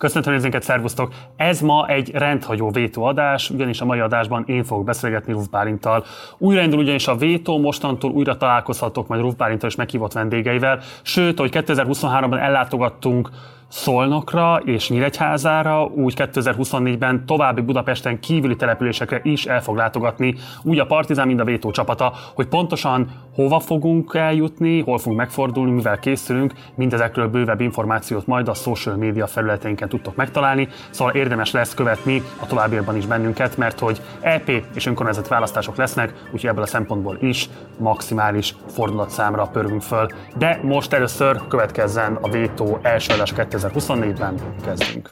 Köszöntöm nézőinket, szervusztok! Ez ma egy rendhagyó vétóadás, ugyanis a mai adásban én fogok beszélgetni Ruf Bálinttal. Újraindul ugyanis a vétó, mostantól újra találkozhatok majd Ruf Bálinttal és meghívott vendégeivel. Sőt, hogy 2023-ban ellátogattunk Szolnokra és Nyíregyházára, úgy 2024-ben további Budapesten kívüli településekre is el fog látogatni, úgy a Partizán, mind a vétó csapata, hogy pontosan hova fogunk eljutni, hol fogunk megfordulni, mivel készülünk, mindezekről bővebb információt majd a social media felületeinken tudtok megtalálni, szóval érdemes lesz követni a továbbiakban is bennünket, mert hogy EP és önkormányzati választások lesznek, úgyhogy ebből a szempontból is maximális fordulatszámra pörgünk föl. De most először következzen a vétó első adás 2024-ben, kezdünk.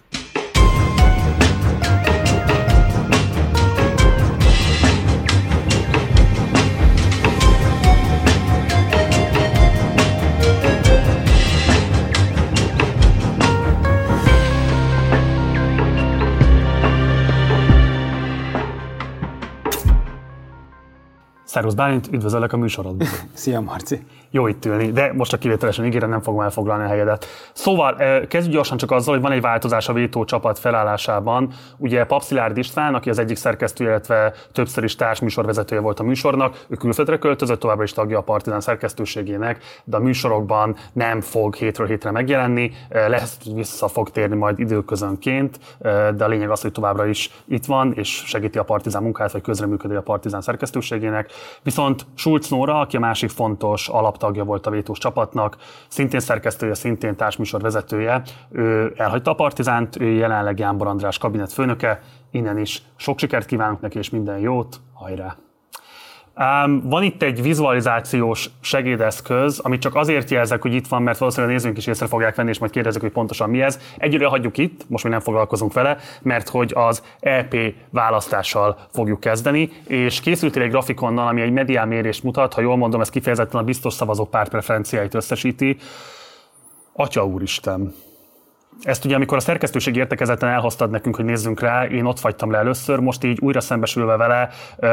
Szervusz Bálint, üdvözöllek a műsorodban. Szia Marci! Jó itt ülni, de most csak kivételesen ígérem, nem fogom elfoglalni a helyedet. Szóval kezdjük gyorsan csak azzal, hogy van egy változás a vétó csapat felállásában. Ugye Pap Szilárd István, aki az egyik szerkesztő, illetve többször is társműsorvezetője volt a műsornak, ő külföldre költözött, továbbra is tagja a Partizán szerkesztőségének, de a műsorokban nem fog hétről hétre megjelenni, lesz, hogy vissza fog térni majd időközönként, de a lényeg az, hogy továbbra is itt van, és segíti a Partizán munkát, vagy közreműködő a Partizán szerkesztőségének. Viszont Schulz Nóra, aki a másik fontos alaptagja volt a vétós csapatnak, szintén szerkesztője, szintén társműsorvezetője, ő elhagyta a Partizánt, ő jelenleg Jámbor András kabinetfőnöke, innen is sok sikert kívánok neki, és minden jót, hajrá! Van itt egy vizualizációs segédeszköz, amit csak azért jelzek, hogy itt van, mert valószínűleg a nézőink is észre fogják venni, és majd kérdezik, hogy pontosan mi ez. Egyelőre hagyjuk itt, most még nem foglalkozunk vele, mert hogy az EP választással fogjuk kezdeni, és készültél egy grafikonnal, ami egy mediánmérést mutat, ha jól mondom, ez kifejezetten a biztos szavazók pártpreferenciáit összesíti. Atya úristen! Ezt ugye, amikor a szerkesztőség értekezeten elhoztad nekünk, hogy nézzünk rá, én ott fagytam le először, most így újra szembesülve vele,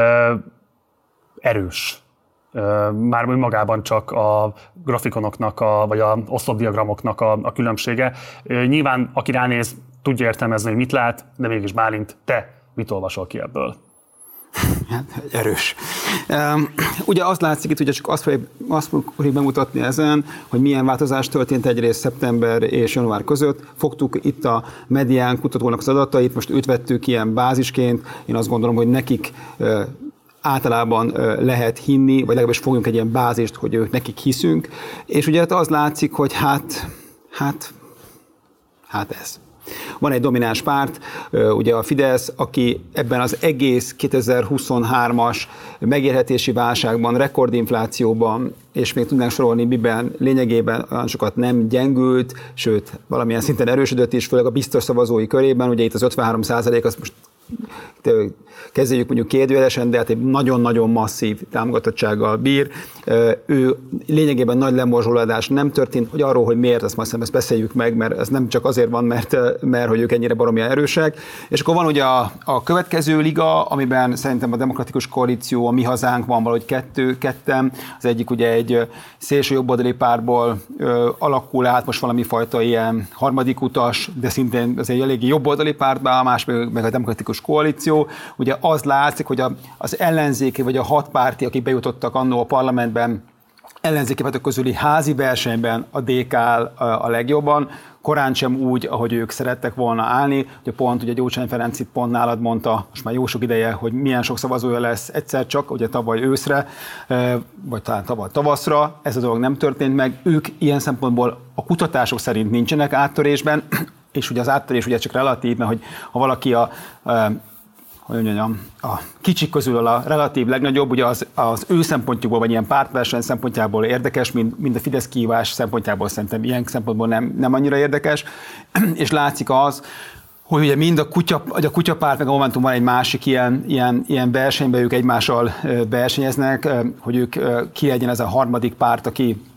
erős. Már magában csak a grafikonoknak, vagy a oszlopdiagramoknak a különbsége. Nyilván, aki ránéz, tudja értelmezni, hogy mit lát, de mégis Bálint, te mit olvasol ki ebből? Erős. Ugye azt látszik itt, ugye csak azt fogjuk bemutatni ezen, hogy milyen változás történt egyrészt szeptember és január között. Fogtuk itt a medián kutatónak az adatait, most őt vettük ilyen bázisként. Én azt gondolom, hogy nekik általában lehet hinni, vagy legalábbis fogjunk egy ilyen bázist, hogy ők nekik hiszünk, és ugye az látszik, hogy hát ez. Van egy domináns párt, ugye a Fidesz, aki ebben az egész 2023-as megélhetési válságban, rekordinflációban, és még tudnánk sorolni, miben lényegében olyan sokat nem gyengült, sőt, valamilyen szinten erősödött is, főleg a biztos szavazói körében, ugye itt az 53%, az most kezeljük mondjuk kérdőjelesen, de hát egy nagyon-nagyon masszív támogatottsággal bír. Ő lényegében nagy lemorzsolódás nem történt, hogy arról, hogy miért, ezt beszéljük meg, mert ez nem csak azért van, mert hogy ők ennyire baromira erősek. És akkor van ugye a következő liga, amiben szerintem a Demokratikus Koalíció, a Mi Hazánk van valahogy ketten. Az egyik ugye egy szélső jobboldali pártból alakul át, most valami fajta ilyen harmadik utas, de szintén az egy eléggé jobboldali pártban, a más meg a Demokratikus Koalíció. Ugye az látszik, hogy az ellenzéki vagy a 6 párti, akik bejutottak annó a parlamentben, ellenzéki pártok közüli házi versenyben a DK áll a legjobban, korán sem úgy, ahogy ők szerettek volna állni. Ugye pont ugye Gyurcsány Ferenc itt pont nálad mondta, most már jó sok ideje, hogy milyen sok szavazója lesz egyszer csak, ugye tavaly őszre, vagy talán tavaly tavaszra, ez a dolog nem történt meg. Ők ilyen szempontból a kutatások szerint nincsenek áttörésben, és ugye az áttörés ugye csak relatív, mert hogy ha valaki a kicsik közül a relatív legnagyobb, ugye az ő szempontjukból, vagy ilyen pártverseny szempontjából érdekes, mint a Fidesz kihívás szempontjából szerintem ilyen szempontból nem annyira érdekes, és látszik az, hogy ugye mind a kutyapárt, meg a Momentum van egy másik ilyen versenyben, ők egymással versenyeznek, hogy ők ki legyen ez a harmadik párt, aki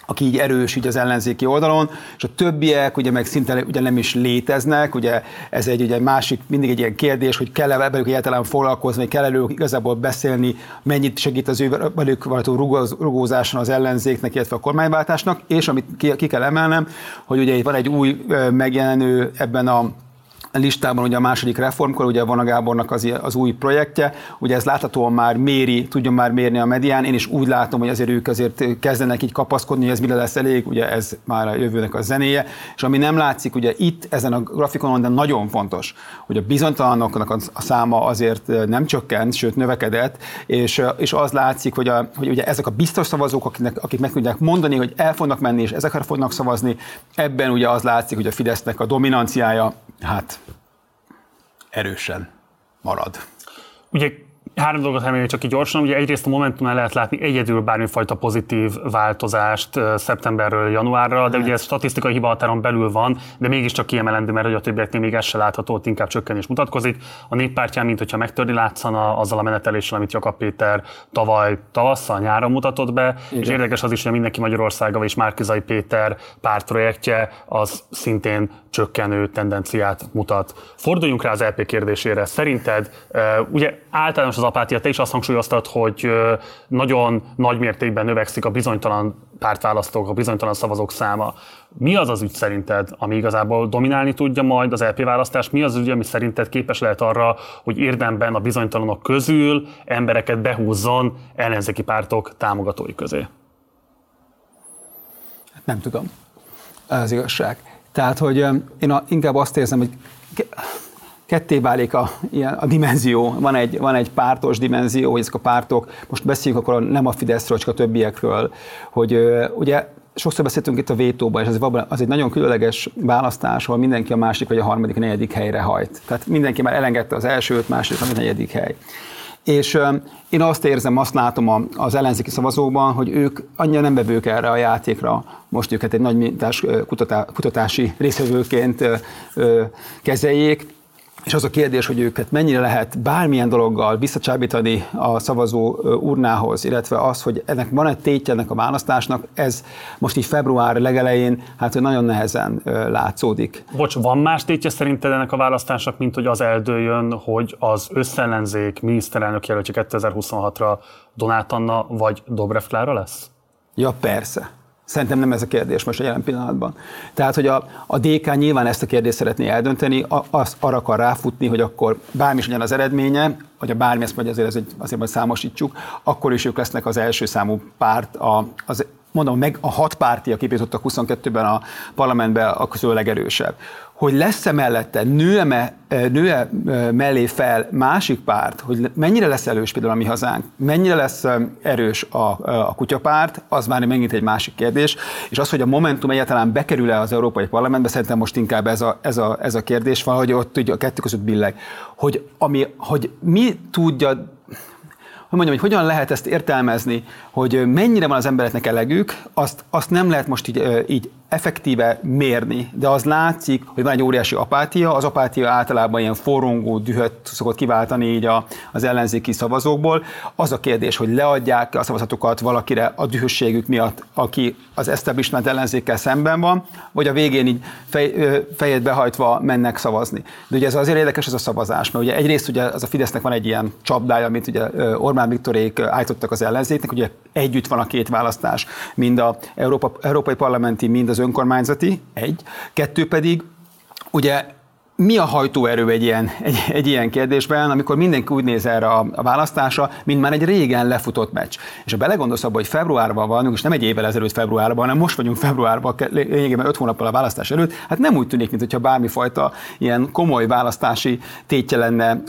aki így erős így az ellenzéki oldalon, és a többiek ugye meg szinte ugye nem is léteznek, ugye ez egy ugye másik, mindig egy ilyen kérdés, hogy kell-e velük egyáltalán foglalkozni, vagy kell-e igazából beszélni, mennyit segít az ő velük való rugózáson az ellenzéknek, illetve a kormányváltásnak, és amit ki kell emelnem, hogy ugye itt van egy új megjelenő ebben a listában ugye a második reformkor, ugye Vona Gábornak az új projektje, ugye ez láthatóan már tudja már mérni a medián, én is úgy látom, hogy azért ők azért kezdenek így kapaszkodni, hogy ez mire lesz elég, ugye ez már a jövőnek a zenéje, és ami nem látszik ugye itt ezen a grafikonon, de nagyon fontos, hogy a bizonytalanoknak a száma azért nem csökkent, sőt növekedett, és az látszik, hogy ugye ezek a biztos szavazók, akik meg tudják mondani, hogy el fognak menni, és ezekre fognak szavazni, ebben ugye az látszik, hogy a Fidesznek a dominanciája hát erősen marad. Ugye 3 dolgot emeljük csak így gyorsan. Ugye egyrészt a Momentumnál lehet látni egyedül bármifajta pozitív változást szeptemberről januárra, de ugye ez statisztikai hibahatáron belül van, de mégiscsak kiemelendő, mert a többieknél még ez se látható, ott inkább csökkenés mutatkozik. A Néppártján, mint hogyha megtörni látszana azzal a meneteléssel, amit Jakab Péter tavaly tavasszal, nyáron mutatott be, igen. És érdekes az is, hogy a Mindenki Magyarországa és Márki-Zay Péter pártprojektje az szintén csökkenő tendenciát mutat. Forduljunk rá az LP kérdésére. Szerinted ugye általános az apátia, te is azt hangsúlyoztad, hogy nagyon nagy mértékben növekszik a bizonytalan pártválasztók, a bizonytalan szavazók száma. Mi az az ügy szerinted, ami igazából dominálni tudja majd az LP választást? Mi az ügy, ami szerinted képes lehet arra, hogy érdemben a bizonytalanok közül embereket behúzzon ellenzéki pártok támogatói közé? Nem tudom. Ez igazság. Tehát, hogy én inkább azt érzem, hogy ketté válik a dimenzió, van egy pártos dimenzió, hogy ezek a pártok, most beszéljünk akkor nem a Fideszről, csak a többiekről, hogy ugye sokszor beszéltünk itt a vétóban, és az egy nagyon különleges választás, ahol mindenki a második vagy a harmadik, negyedik helyre hajt. Tehát mindenki már elengedte az elsőt, második, vagy negyedik hely. És én azt érzem, azt látom az ellenzéki szavazókban, hogy ők annyira nem vevők erre a játékra, most őket egy nagy mintás kutatási részvevőként kezeljék, és az a kérdés, hogy őket mennyire lehet bármilyen dologgal visszacsábítani a szavazó urnához, illetve az, hogy ennek van egy tétje ennek a választásnak, ez most így február legelején hát nagyon nehezen látszódik. Bocs, van más tétje szerinted ennek a választásnak, mint hogy az eldőljön, hogy az összellenzék miniszterelnök jelöltje 2026-ra Donát Anna vagy Dobrev Klára lesz? Ja, persze. Szerintem nem ez a kérdés most a jelen pillanatban. Tehát, hogy a DK nyilván ezt a kérdést szeretné eldönteni, arra akar ráfutni, hogy akkor bármi is legyen az eredménye, vagy a bármi, ezt majd azért majd számosítsuk, akkor is ők lesznek az első számú párt, mondom, meg a 6 párti, akik jutottak 22-ben a parlamentben, a közül legerősebb. Hogy lesz-e mellette, nő-e mellé fel másik párt, hogy mennyire lesz erős például a Mi Hazánk, mennyire lesz erős a kutyapárt, az már megint egy másik kérdés, és az, hogy a Momentum egyáltalán bekerül-e az Európai Parlamentbe, szerintem most inkább ez a kérdés van, hogy ott ugye a kettő között billeg. Hogy mi tudja, hogy mondjam, hogy hogyan lehet ezt értelmezni, hogy mennyire van az embereknek elegük, azt nem lehet most így effektíve mérni, de az látszik, hogy van egy óriási apátia, az apátia általában ilyen forrongó dühöt szokott kiváltani így az ellenzéki szavazókból. Az a kérdés, hogy leadják a szavazatokat valakire a dühösségük miatt, aki az establishment ellenzékkel szemben van, vagy a végén így fejét behajtva mennek szavazni. De ugye ez azért érdekes ez a szavazás, mert ugye egyrészt ugye az a Fidesznek van egy ilyen csapdája, amit ugye Orbán Viktorék állítottak az ellenzéknek, ugye együtt van a két választás, mind az európai parlamenti, mind az önkormányzati, 2 pedig, ugye mi a hajtóerő egy ilyen kérdésben, amikor mindenki úgy néz erre a választásra, mint már egy régen lefutott meccs. És ha belegondolsz abba, hogy februárban vanunk, és nem egy évvel ezelőtt februárban, hanem most vagyunk februárban, lényegében 5 hónappal a választás előtt, hát nem úgy tűnik, mintha bármifajta ilyen komoly választási tétje lenne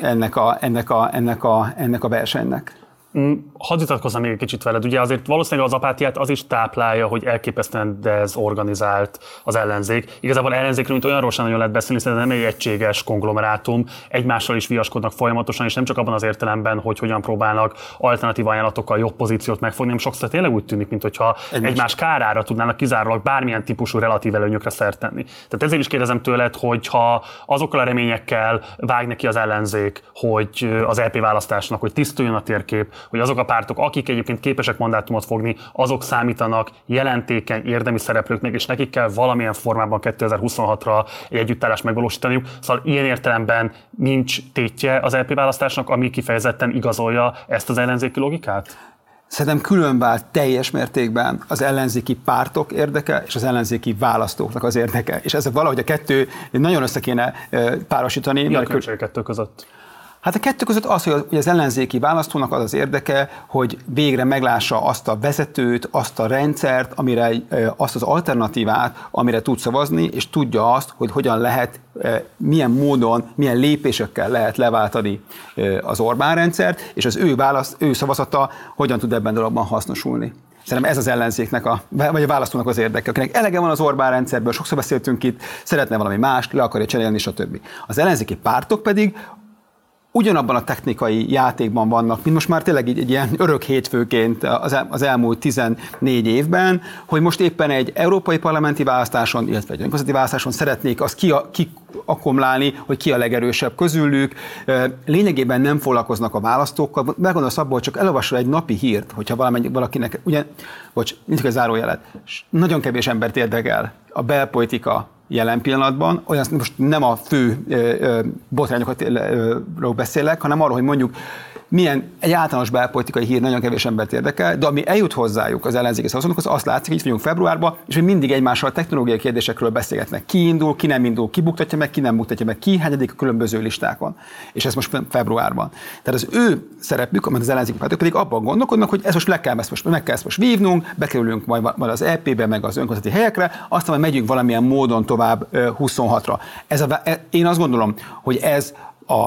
ennek a versenynek. Hadd vitatkozzam még egy kicsit veled. Ugye azért valószínűleg az apátiát az is táplálja, hogy elképesztően dezorganizált az ellenzék. Igazából ellenzékről, mint olyanról sem nagyon lehet beszélni, hiszen nem egy egységes konglomerátum, egymással is viaskodnak folyamatosan, és nem csak abban az értelemben, hogy hogyan próbálnak alternatív ajánlatokkal jobb pozíciót megfogni, hanem sokszor tényleg úgy tűnik, mintha egymás kárára tudnának kizárólag bármilyen típusú relatív előnyökre szert tenni. Tehát ezért is kérdezem tőled, hogy ha azokkal a reményekkel vág neki az ellenzék, hogy az LP választásnak, hogy tisztuljon a térkép, hogy azok a pártok, akik egyébként képesek mandátumot fogni, azok számítanak jelentékeny érdemi szereplőknek, és nekik kell valamilyen formában 2026-ra egy együttállást megvalósítaniuk. Szóval ilyen értelemben nincs tétje az LP választásnak, ami kifejezetten igazolja ezt az ellenzéki logikát? Szerintem különvált teljes mértékben az ellenzéki pártok érdeke és az ellenzéki választóknak az érdeke. És ezek valahogy a kettő nagyon össze kéne párosítani. Mi a különbség a kettő között? Hát a kettő között az, hogy az ellenzéki választónak az az érdeke, hogy végre meglássa azt a vezetőt, azt a rendszert, amire, azt az alternatívát, amire tud szavazni, és tudja azt, hogy hogyan lehet, milyen módon, milyen lépésekkel lehet leváltani az Orbán rendszert, és az ő szavazata hogyan tud ebben dologban hasznosulni. Szerintem ez az ellenzéknek, vagy a választónak az érdeke, akinek elege van az Orbán rendszerből, sokszor beszéltünk itt, szeretne valami mást, le akarja cserélni, stb. Az ellenzéki pártok pedig ugyanabban a technikai játékban vannak, mint most már tényleg egy ilyen örök hétfőként az elmúlt 14 évben, hogy most éppen egy európai parlamenti választáson, illetve egy önkormányzati választáson szeretnék azt kiakkumulálni, hogy ki a legerősebb közülük. Lényegében nem foglalkoznak a választókkal. Meggondolsz abból, hogy csak elolvasol egy napi hírt, hogyha valakinek, nincs egy zárójelet, nagyon kevés embert érdekel a belpolitika jelen pillanatban, olyan most nem a fő botrányokról beszélek, hanem arról, hogy mondjuk milyen egy általános belpolitikai hír nagyon kevés embert érdekel, de ami eljut hozzájuk az ellenzéki szavazókhoz, azt látszik, hogy itt vagyunk februárban, és hogy mindig egymással technológiai kérdésekről beszélgetnek. Ki indul, ki nem indul, ki buktatja meg, ki nem buktatja meg, ki hányadik a különböző listákon. És ez most februárban. Tehát az ő szerepük, amely az ellenzéki pártok pedig abban gondolkodnak, hogy ezt most meg kell ezt most vívnunk, bekerülünk majd az EP-be, meg az önkormányzati helyekre, aztán majd megyünk valamilyen módon tovább 26-ra. Én azt gondolom, hogy ez a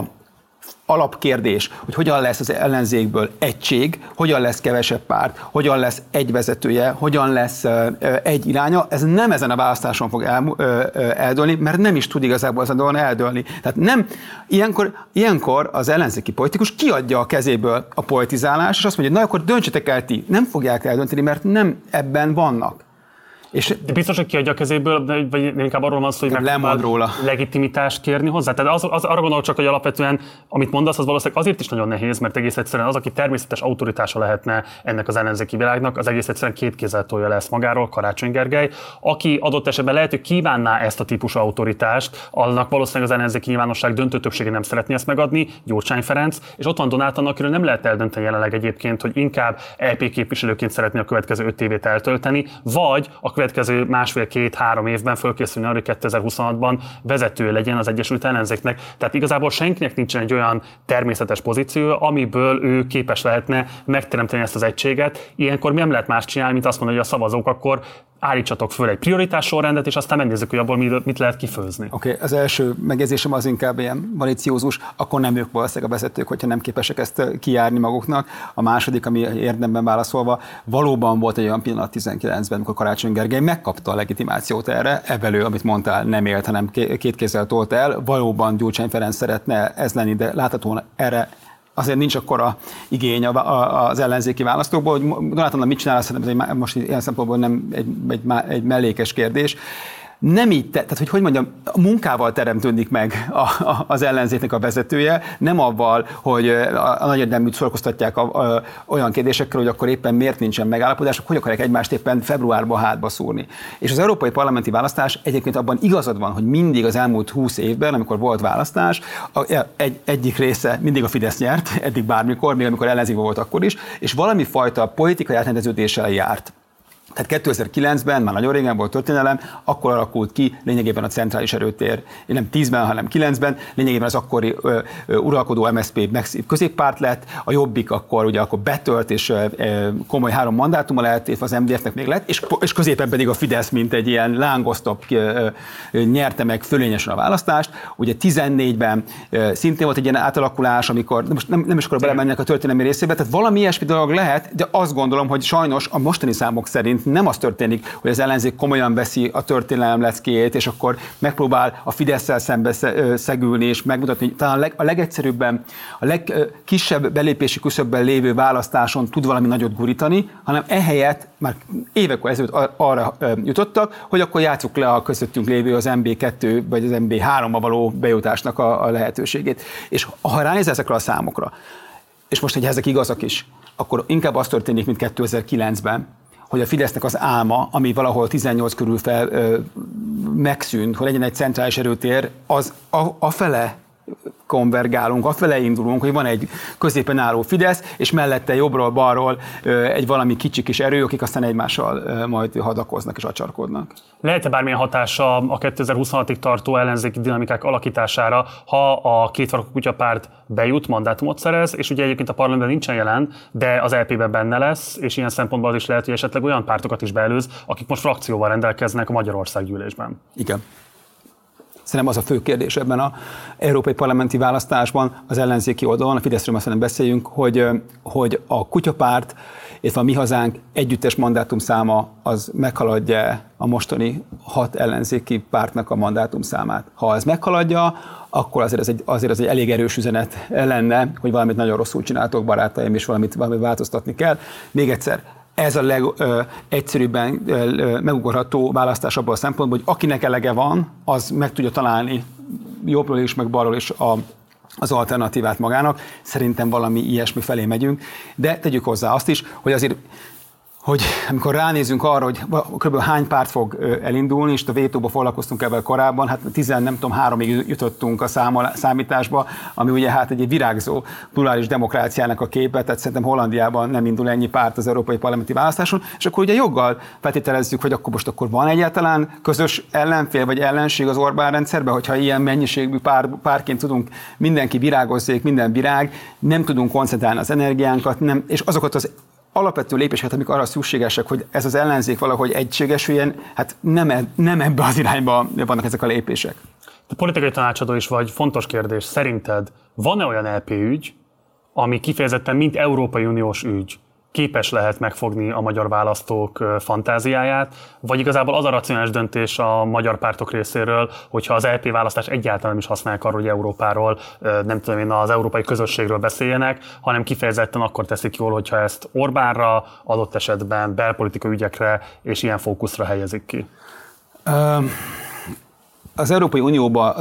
alapkérdés, hogy hogyan lesz az ellenzékből egység, hogyan lesz kevesebb párt, hogyan lesz egy vezetője, hogyan lesz egy iránya, ez nem ezen a választáson fog eldőlni, mert nem is tud igazából ezen a eldőlni. Tehát nem, ilyenkor az ellenzéki politikus kiadja a kezéből a politizálást, és azt mondja, na akkor döntsetek el ti. Nem fogják eldönteni, mert nem ebben vannak. De biztos, hogy kiadja a kezéből, vagy inkább arról van szó, hogy megpróbál legitimitást kérni hozzá. Tehát arra gondolok csak, hogy alapvetően, amit mondasz, az valószínűleg azért is nagyon nehéz, mert egész egyszerűen az, aki természetes autoritása lehetne ennek az ellenzéki világnak, az egész egyszerűen két kézzel tolja le ezt magáról, Karácsony Gergely, aki adott esetben lehet, hogy kívánná ezt a típusú autoritást, annak valószínűleg az ellenzéki nyilvánosság döntő többsége nem szeretné ezt megadni, Gyurcsány Ferenc, és ott van Donát Anna, akiről nem lehet eldönteni jelenleg egyébként, hogy inkább EP képviselőként szeretné a következő 5 évét eltölteni, vagy a következő 1,5-2-3 évben fölkészülni arra, hogy 2026-ban vezető legyen az Egyesült Ellenzéknek. Tehát igazából senkinek nincsen egy olyan természetes pozíció, amiből ő képes lehetne megteremteni ezt az egységet. Ilyenkor nem lehet más csinálni, mint azt mondani, hogy a szavazók akkor állítsatok föl egy prioritás sorrendet, és aztán megnézzük, hogy abból mit lehet kifőzni. Oké, az első megjegyzésem az inkább ilyen maliciózus, akkor nem ők valószínűleg a vezetők, hogyha nem képesek ezt kijárni maguknak. A második, ami érdemben válaszolva, valóban volt egy olyan pillanat 19-ben, amikor Karácsony Gergely megkapta a legitimációt erre, ebből, amit mondtál, nem élt, hanem két kézzel tolt el. Valóban Gyurcsány Ferenc szeretne ez lenni, de láthatóan erre azért nincs akkora igény az ellenzéki választókból, hogy Donát Anna mit csinál, szerintem most ilyen szempontból nem egy mellékes kérdés. Nem így, tehát hogy mondjam, munkával teremtődik meg az ellenzéknek a vezetője, nem avval, hogy a nagy érdeműt szórakoztatják olyan kérdésekkel, hogy akkor éppen miért nincsen megállapodás, hogy akarják egymást éppen februárban hátba szúrni. És az európai parlamenti választás egyébként abban igazad van, hogy mindig az elmúlt 20 évben, amikor volt választás, egyik része mindig a Fidesz nyert, eddig bármikor, még amikor ellenzékben volt akkor is, és valami fajta politikai átrendeződéssel járt. Tehát 2009-ben, már nagyon régen volt történelem, akkor alakult ki lényegében a centrális erőtér, nem 10-ben, hanem 9-ben, lényegében az akkori uralkodó MSZP középpárt lett, a Jobbik akkor betölt, és komoly 3 mandátuma lehet, illetve az MDF-nek még lett, és középen pedig a Fidesz, mint egy ilyen lángosztop nyerte meg fölényesen a választást. Ugye 14-ben szintén volt egy ilyen átalakulás, amikor, most nem is akarok belemenni a történelmi részébe, tehát valami ilyesmi dolog lehet, de azt gondolom, hogy sajnos a mostani számok szerint nem az történik, hogy az ellenzék komolyan veszi a történelem leckéjét, és akkor megpróbál a Fidesszel szembe szegülni, és megmutatni, hogy talán a legegyszerűbben, a legkisebb belépési küszöbben lévő választáson tud valami nagyot gurítani, hanem ehelyett már évekkel ezelőtt arra jutottak, hogy akkor játsszuk le a közöttünk lévő az MB2 vagy az MB3-ba való bejutásnak a lehetőségét. És ha ránézel ezekre a számokra, és most, hogy ezek igazak is, akkor inkább az történik, mint 2009-ben, hogy a Fidesznek az álma, ami valahol 18 körül megszűnt, hogy legyen egy centrális erőtér, az afele konvergálunk, afele indulunk, hogy van egy középen álló Fidesz, és mellette jobbról-balról egy valami kicsi kis erő, akik aztán egymással majd hadakoznak és acsarkodnak. Lehet-e bármilyen hatása a 2026-ig tartó ellenzéki dinamikák alakítására, ha a kétfarkú kutyapárt bejut, mandátumot szerez, és ugye egyébként a parlamentben nincsen jelen, de az LP-ben benne lesz, és ilyen szempontból az is lehet, hogy esetleg olyan pártokat is beelőz, akik most frakcióval rendelkeznek a Magyarországgyűlésben. Igen. Szerintem az a fő kérdés ebben az európai parlamenti választásban, az ellenzéki oldalon, a Fideszről már szerintem beszéljünk, hogy a kutyapárt, illetve a Mi Hazánk együttes mandátumszáma az meghaladja a mostani 6 ellenzéki pártnak a mandátumszámát. Ha ez meghaladja, akkor azért az egy elég erős üzenet lenne, hogy valamit nagyon rosszul csináltok, barátaim, és valamit változtatni kell. Még egyszer, ez a legegyszerűbben megugorható választás abban a szempontból, hogy akinek elege van, az meg tudja találni jobbról is, meg balról is az alternatívát magának. Szerintem valami ilyesmi felé megyünk, de tegyük hozzá azt is, hogy azért hogy amikor ránézünk arra, hogy kb. Hány párt fog elindulni, és a vétóba foglalkoztunk ebben korábban, hát 3-ig jutottunk a számításba, ami ugye hát egy virágzó plurális demokráciának a képe, tehát szerintem Hollandiában nem indul ennyi párt az európai parlamenti választáson, és akkor ugye joggal feltételezzük, hogy akkor van egyáltalán közös ellenfél vagy ellenség az Orbán rendszerben, hogyha ilyen mennyiségű párként tudunk, mindenki virágozzék, minden virág, nem tudunk koncentrálni az energiánkat, és azokat az alapvető lépéseket, amik arra szükségesek, hogy ez az ellenzék valahogy egységesüljen, hát nem ebbe az irányba vannak ezek a lépések. Te politikai tanácsadó is vagy, fontos kérdés, szerinted van-e olyan LP ügy, ami kifejezetten mint Európai Uniós ügy képes lehet megfogni a magyar választók fantáziáját, vagy igazából az a racionális döntés a magyar pártok részéről, hogyha az LP választás egyáltalán nem is használják arról, hogy Európáról, nem tudom én, az európai közösségről beszéljenek, hanem kifejezetten akkor teszik jól, hogyha ezt Orbánra, adott esetben belpolitikai ügyekre és ilyen fókuszra helyezik ki. Az Európai Unióban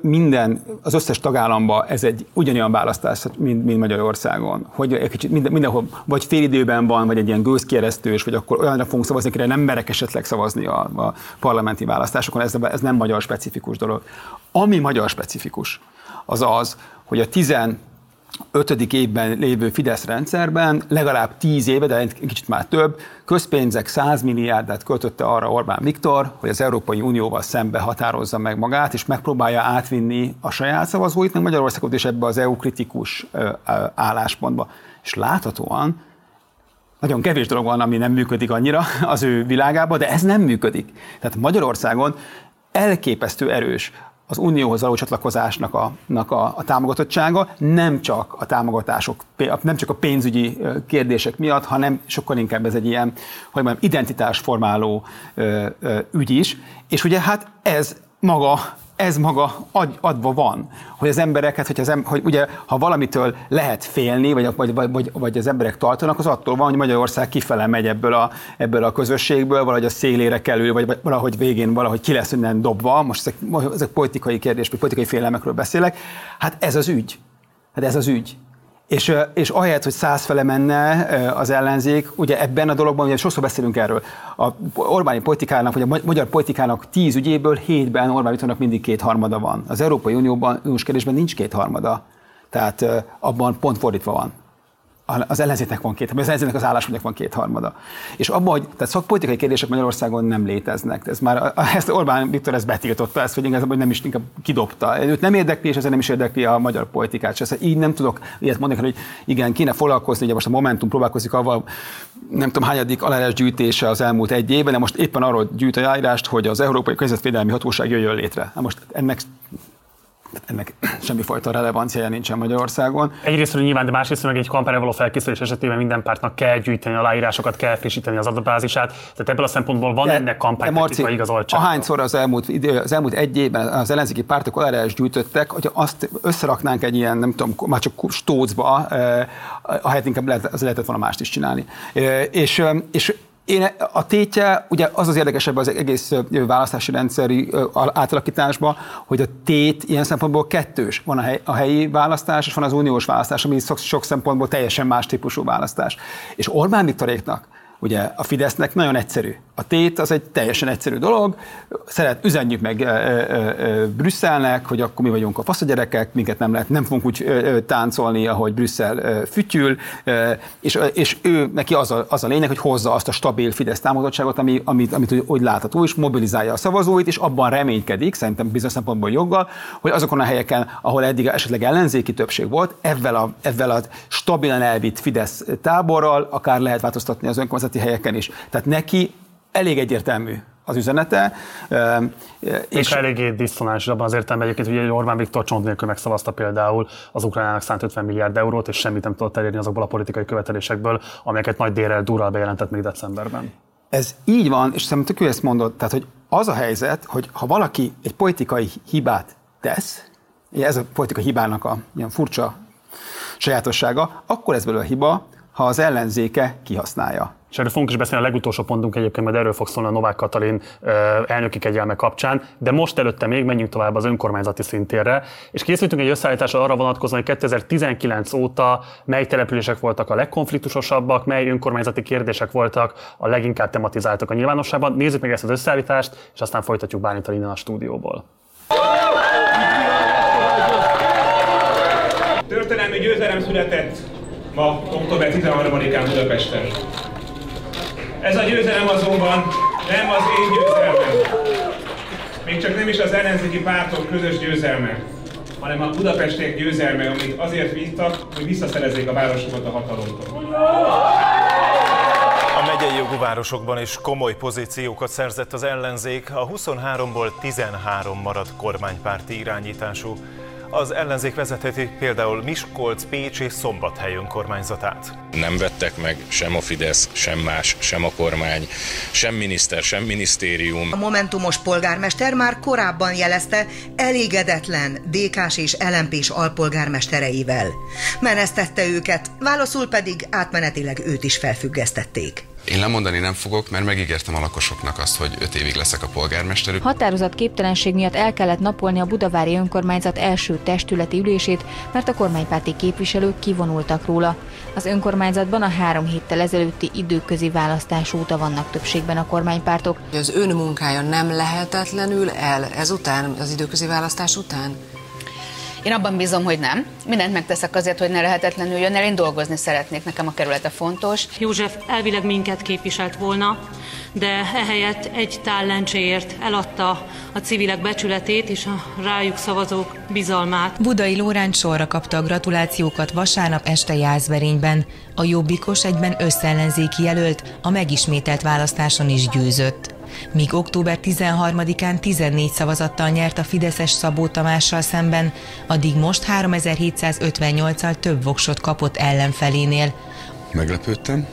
az összes tagállamban ez egy ugyanolyan választás, mint Magyarországon. Hogy egy kicsit mindenhol vagy félidőben van, vagy egy ilyen gőzkieresztős, vagy akkor olyanra fogunk szavazni, akire nem merek esetleg szavazni a parlamenti választásokon. Ez nem magyar specifikus dolog. Ami magyar specifikus, az, hogy a 15. évben lévő Fidesz rendszerben legalább 10 éve, de egy kicsit már több, közpénzek 100 milliárdát költötte arra Orbán Viktor, hogy az Európai Unióval szembe határozza meg magát, és megpróbálja átvinni a saját szavazóit, meg Magyarországot is ebbe az EU kritikus álláspontba. És láthatóan nagyon kevés dolog van, ami nem működik annyira az ő világában, de ez nem működik. Tehát Magyarországon elképesztő erős az unióhoz való csatlakozásnak a támogatottsága, nem csak a támogatások, nem csak a pénzügyi kérdések miatt, hanem sokkal inkább ez egy ilyen, hogy mondjam, identitásformáló ügy is. És ugye hát ez maga adva van, hogy az embereket, hogy ugye, ha valamitől lehet félni, vagy az emberek tartanak, az attól van, hogy Magyarország kifele megy ebből a közösségből, valahogy a szélére kerül, vagy valahogy végén valahogy ki lesz innen dobva. Most ezek politikai kérdés, vagy politikai félelmekről beszélek. Hát ez az ügy. És ahelyett, hogy 100 fele menne az ellenzék, ugye ebben a dologban, ugye sokszor beszélünk erről, a Orbáni politikának, vagy a magyar politikának 10 ügyéből 7-ben Orbán Viktornak mindig 2/3 van. Az Európai uniós kérdésben nincs 2/3, tehát abban pont fordítva van. Az ellenzéknek van 2/3, az ellenzéknek az álláspontnak van 2/3. És abban, hogy tehát szakpolitikai kérdések Magyarországon nem léteznek. Ezt Orbán Viktor betiltotta, ezt vagy inkább nem is inkább kidobta. Őt nem érdekli, és ezzel nem is érdekli a magyar politikát. És így nem tudok ilyet mondani, hogy igen, kéne foglalkozni, ugye most a Momentum próbálkozik avval, nem tudom hányadik aláírás gyűjtése az elmúlt 1 évben, de most éppen arról gyűjt aláírást, hogy az Európai Környezetvédelmi Hatóság jöjjön létre. Most ennek semmifajta relevanciája nincsen Magyarországon. Egyrészt nyilván, de másrészt meg egy kampányra való felkészülés esetében minden pártnak kell gyűjteni aláírásokat, kell frissíteni az adatbázisát. Tehát ebből a szempontból van ennek kampánytechnikai igazoltsága. Ahányszor az elmúlt 1 évben az ellenzéki pártok aláírást gyűjtöttek, hogy azt összeraknánk egy ilyen, nem tudom, már csak stócba, ahelyett inkább lehetett volna mást is csinálni. És A tétje, ugye az érdekesebb az egész választási rendszeri átalakításban, hogy a tét ilyen szempontból kettős. Van a helyi választás, és van az uniós választás, ami sok szempontból teljesen más típusú választás. És Orbán Viktoréknak, ugye a Fidesznek nagyon egyszerű. A tét az egy teljesen egyszerű dolog, üzenjük meg Brüsszelnek, hogy akkor mi vagyunk a faszagyerekek, minket nem fogunk úgy táncolni, ahogy Brüsszel fütyül, és ő neki az a lényeg, hogy hozza azt a stabil Fidesz támogatottságot, amit úgy látható, és mobilizálja a szavazóit, és abban reménykedik, szerintem bizonyos szempontból joggal, hogy azokon a helyeken, ahol eddig esetleg ellenzéki többség volt, ezzel a stabilan elvitt Fidesz táborral akár lehet változtatni az önkormányzati helyeken is. Tehát neki elég egyértelmű az üzenete. És eléggé diszonáns abban az értelemben egyébként, hogy Orbán Viktor csont nélkül megszavazta például az Ukrajnának szánt 50 milliárd eurót, és semmit nem tudott elérni azokból a politikai követelésekből, amelyeket nagy délrel durral bejelentett még decemberben. Ez így van, és szerintem tök ezt mondod, tehát hogy az a helyzet, hogy ha valaki egy politikai hibát tesz, ez a politikai hibának a ilyen furcsa sajátossága, akkor ez belőle a hiba, ha az ellenzéke kihasználja. És erről fogunk is beszélni, a legutolsó pontunk egyébként, majd erről fog szólni a Novák Katalin elnöki kegyelme kapcsán, de most előtte még menjünk tovább az önkormányzati szintérre, és készültünk egy összeállítással arra vonatkozóan, hogy 2019 óta mely települések voltak a legkonfliktusosabbak, mely önkormányzati kérdések voltak a leginkább tematizáltak a nyilvánosságban. Nézzük meg ezt az összeállítást, és aztán folytatjuk Bálinttal innen a stúdióból. Történelmi győzelem született ma október 13-án Budapesten. Ez a győzelem azonban nem az én győzelmem. Még csak nem is az ellenzéki pártok közös győzelme, hanem a budapestiek győzelme, amit azért vívtak, hogy visszaszerezzék a városokat a hatalomtól. A megyei jogú városokban is komoly pozíciókat szerzett az ellenzék, a 23-ból 13 maradt kormánypárti irányítású. Az ellenzék vezetheti például Miskolc, Pécs és Szombathely önkormányzatát. Nem vettek meg sem a Fidesz, sem más, sem a kormány, sem miniszter, sem minisztérium. A momentumos polgármester már korábban jelezte elégedetlen DK-s és LMP-s alpolgármestereivel. Menesztette őket, válaszul pedig átmenetileg őt is felfüggesztették. Én lemondani nem fogok, mert megígértem a lakosoknak azt, hogy 5 évig leszek a polgármesterük. Határozatképtelenség miatt el kellett napolni a budavári önkormányzat első testületi ülését, mert a kormánypárti képviselők kivonultak róla. Az önkormányzatban a 3 héttel ezelőtti időközi választás óta vannak többségben a kormánymártok. Az ön munkája nem lehetetlenül el ezután, az időközi választás után? Én abban bízom, hogy nem. Mindent megteszek azért, hogy ne lehetetlenül jön el. Én dolgozni szeretnék, nekem a kerülete fontos. József elvileg minket képviselt volna, de ehelyett egy tál lencséért eladta a civilek becsületét és a rájuk szavazók bizalmát. Budai Lóránc sorra kapta a gratulációkat vasárnap este Jászberényben. A jobbikos egyben összellenzéki jelölt, a megismételt választáson is győzött. Míg október 13-án 14 szavazattal nyert a fideszes Szabó Tamással szemben, addig most 3758-al több voksot kapott ellenfelénél. Meglepődtem.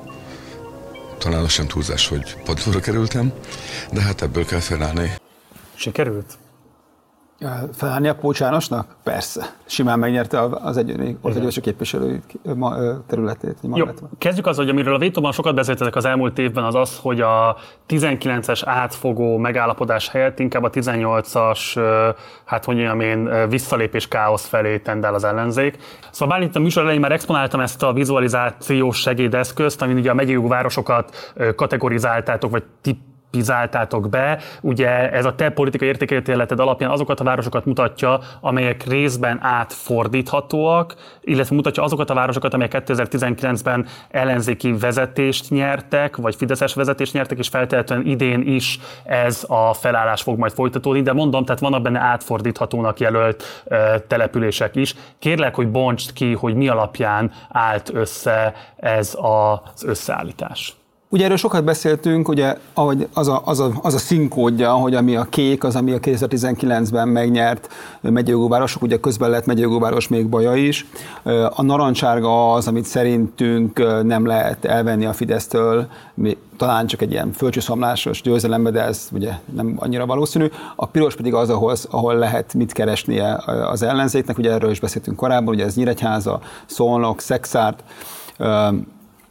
Talán az sem túlzás, hogy padlóra kerültem, de hát ebből kell felállni. Sikerült? Felállni a Pócs Jánosnak? Persze. Simán megnyerte az egygyűlési képviselő területét. Jó, kezdjük azzal, hogy amiről a vétóban sokat beszéltetek az elmúlt évben, az az, hogy a 19-es átfogó megállapodás helyett inkább a 18-as, hát hogy mondjam én, visszalépés káosz felé tendál az ellenzék. Szóval bár itt a műsor elején már exponáltam ezt a vizualizációs segédeszközt, amin ugye a megyei városokat kategorizáltátok, vagy tipizáltátok be. Ugye ez a te politikai értékítéleted alapján azokat a városokat mutatja, amelyek részben átfordíthatóak, illetve mutatja azokat a városokat, amelyek 2019-ben ellenzéki vezetést nyertek, vagy fideszes vezetést nyertek, és feltétlenül idén is ez a felállás fog majd folytatódni, de mondom, tehát vannak benne átfordíthatónak jelölt települések is. Kérlek, hogy bontsd ki, hogy mi alapján állt össze ez az összeállítás. Ugye erről sokat beszéltünk, ugye, ahogy az a színkódja, hogy ami a kék, az ami a 2019-ben megnyert megyei jogú városok, ugye közben lett megyei jogú város még Baja is. A narancsárga az, amit szerintünk nem lehet elvenni a Fidesztől, talán csak egy ilyen földcsúszomlásos győzelembe, de ez ugye nem annyira valószínű. A piros pedig az, ahol lehet mit keresnie az ellenzéknek, ugye erről is beszéltünk korábban, ugye ez Nyíregyháza, Szolnok, Szekszárd,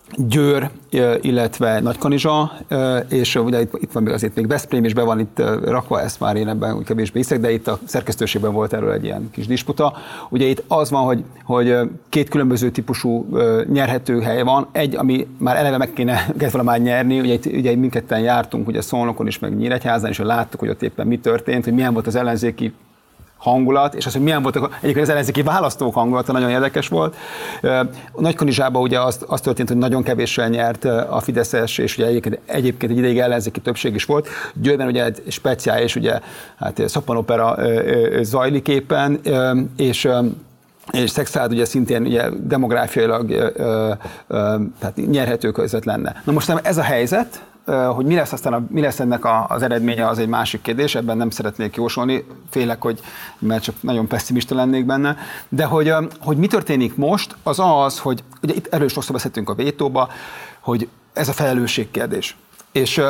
Győr, illetve Nagykanizsa, és ugye itt van még azért még Veszprém, és be van itt rakva, ezt már én ebben kevésbé hiszek, de itt a szerkesztőségben volt erről egy ilyen kis disputa. Ugye itt az van, hogy két különböző típusú nyerhető hely van, egy, ami már eleve meg kellett volna már nyerni, ugye mindketten jártunk ugye Szolnokon is, meg Nyíregyházán, és láttuk, hogy ott éppen mi történt, hogy milyen volt az ellenzéki hangulat, és az, hogy milyen volt egyébként az ellenzéki választók hangulata, nagyon érdekes volt. Nagykanizsában ugye az történt, hogy nagyon kevéssel nyert a fideszes, és ugye egyébként egy ideig ellenzéki többség is volt. Győrben ugye egy speciális, ugye, hát szappanopera zajlik éppen, és Szekszárd ugye szintén ugye demográfiailag tehát nyerhető között lenne. Na most ez a helyzet, hogy mi lesz ennek az eredménye, az egy másik kérdés, ebben nem szeretnék jósolni, félek, mert csak nagyon pessimista lennék benne, de hogy mi történik most, az, hogy ugye itt erről sokszor beszéltünk a vétóba, hogy ez a felelősségkérdés. És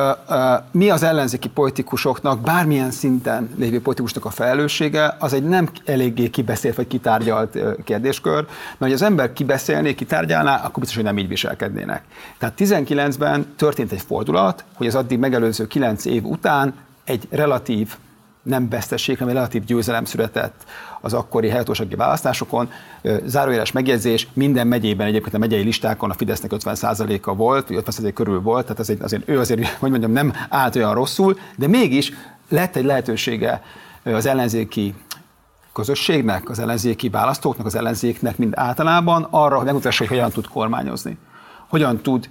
mi az ellenzéki politikusoknak, bármilyen szinten lévő politikusnak a felelőssége, az egy nem eléggé kibeszélt vagy kitárgyalt kérdéskör, mert hogy az ember kibeszélné, kitárgyálná, akkor biztos, hogy nem így viselkednének. Tehát 19-ben történt egy fordulat, hogy az addig megelőző 9 év után egy relatív, nem veszteség, hanem egy relatív győzelem született az akkori helyhatósági választásokon. Zárójeles megjegyzés, minden megyében egyébként a megyei listákon a Fidesznek 50%-a volt, vagy 50% körül volt, tehát ő azért, hogy mondjam, nem állt olyan rosszul, de mégis lett egy lehetősége az ellenzéki közösségnek, az ellenzéki választóknak, az ellenzéknek mind általában arra, hogy megmutassa, hogy hogyan tud kormányozni, hogyan tud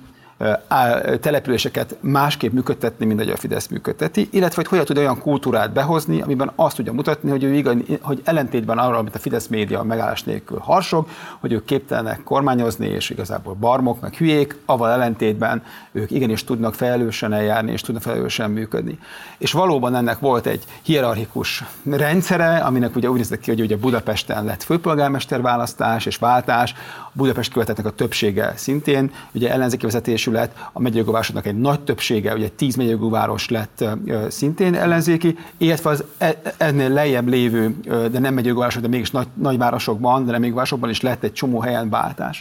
településeket másképp működtetni, mint ahogy a Fidesz működteti, illetve hogy hogyan tud olyan kultúrát behozni, amiben azt tudja mutatni, hogy ellentétben arra, amit a Fidesz média megállás nélkül harsog, hogy ők képtelenek kormányozni, és igazából barmok, meg hülyék, avval ellentétben ők igenis tudnak felelősen eljárni, és tudnak felelősen működni. És valóban ennek volt egy hierarchikus rendszere, aminek ugye úgy nézett ki, hogy ugye Budapesten lett főpolgármester választás és váltás, a Budapest követetnek a többsége szintén, ugye ellenzéki vezetés lett, a megyei városoknak egy nagy többsége, ugye 10 megyei város lett szintén ellenzéki, illetve az ennél lejjebb lévő, de nem megyei városok, de mégis nagy városokban, de nem még városokban is lett egy csomó helyen váltás.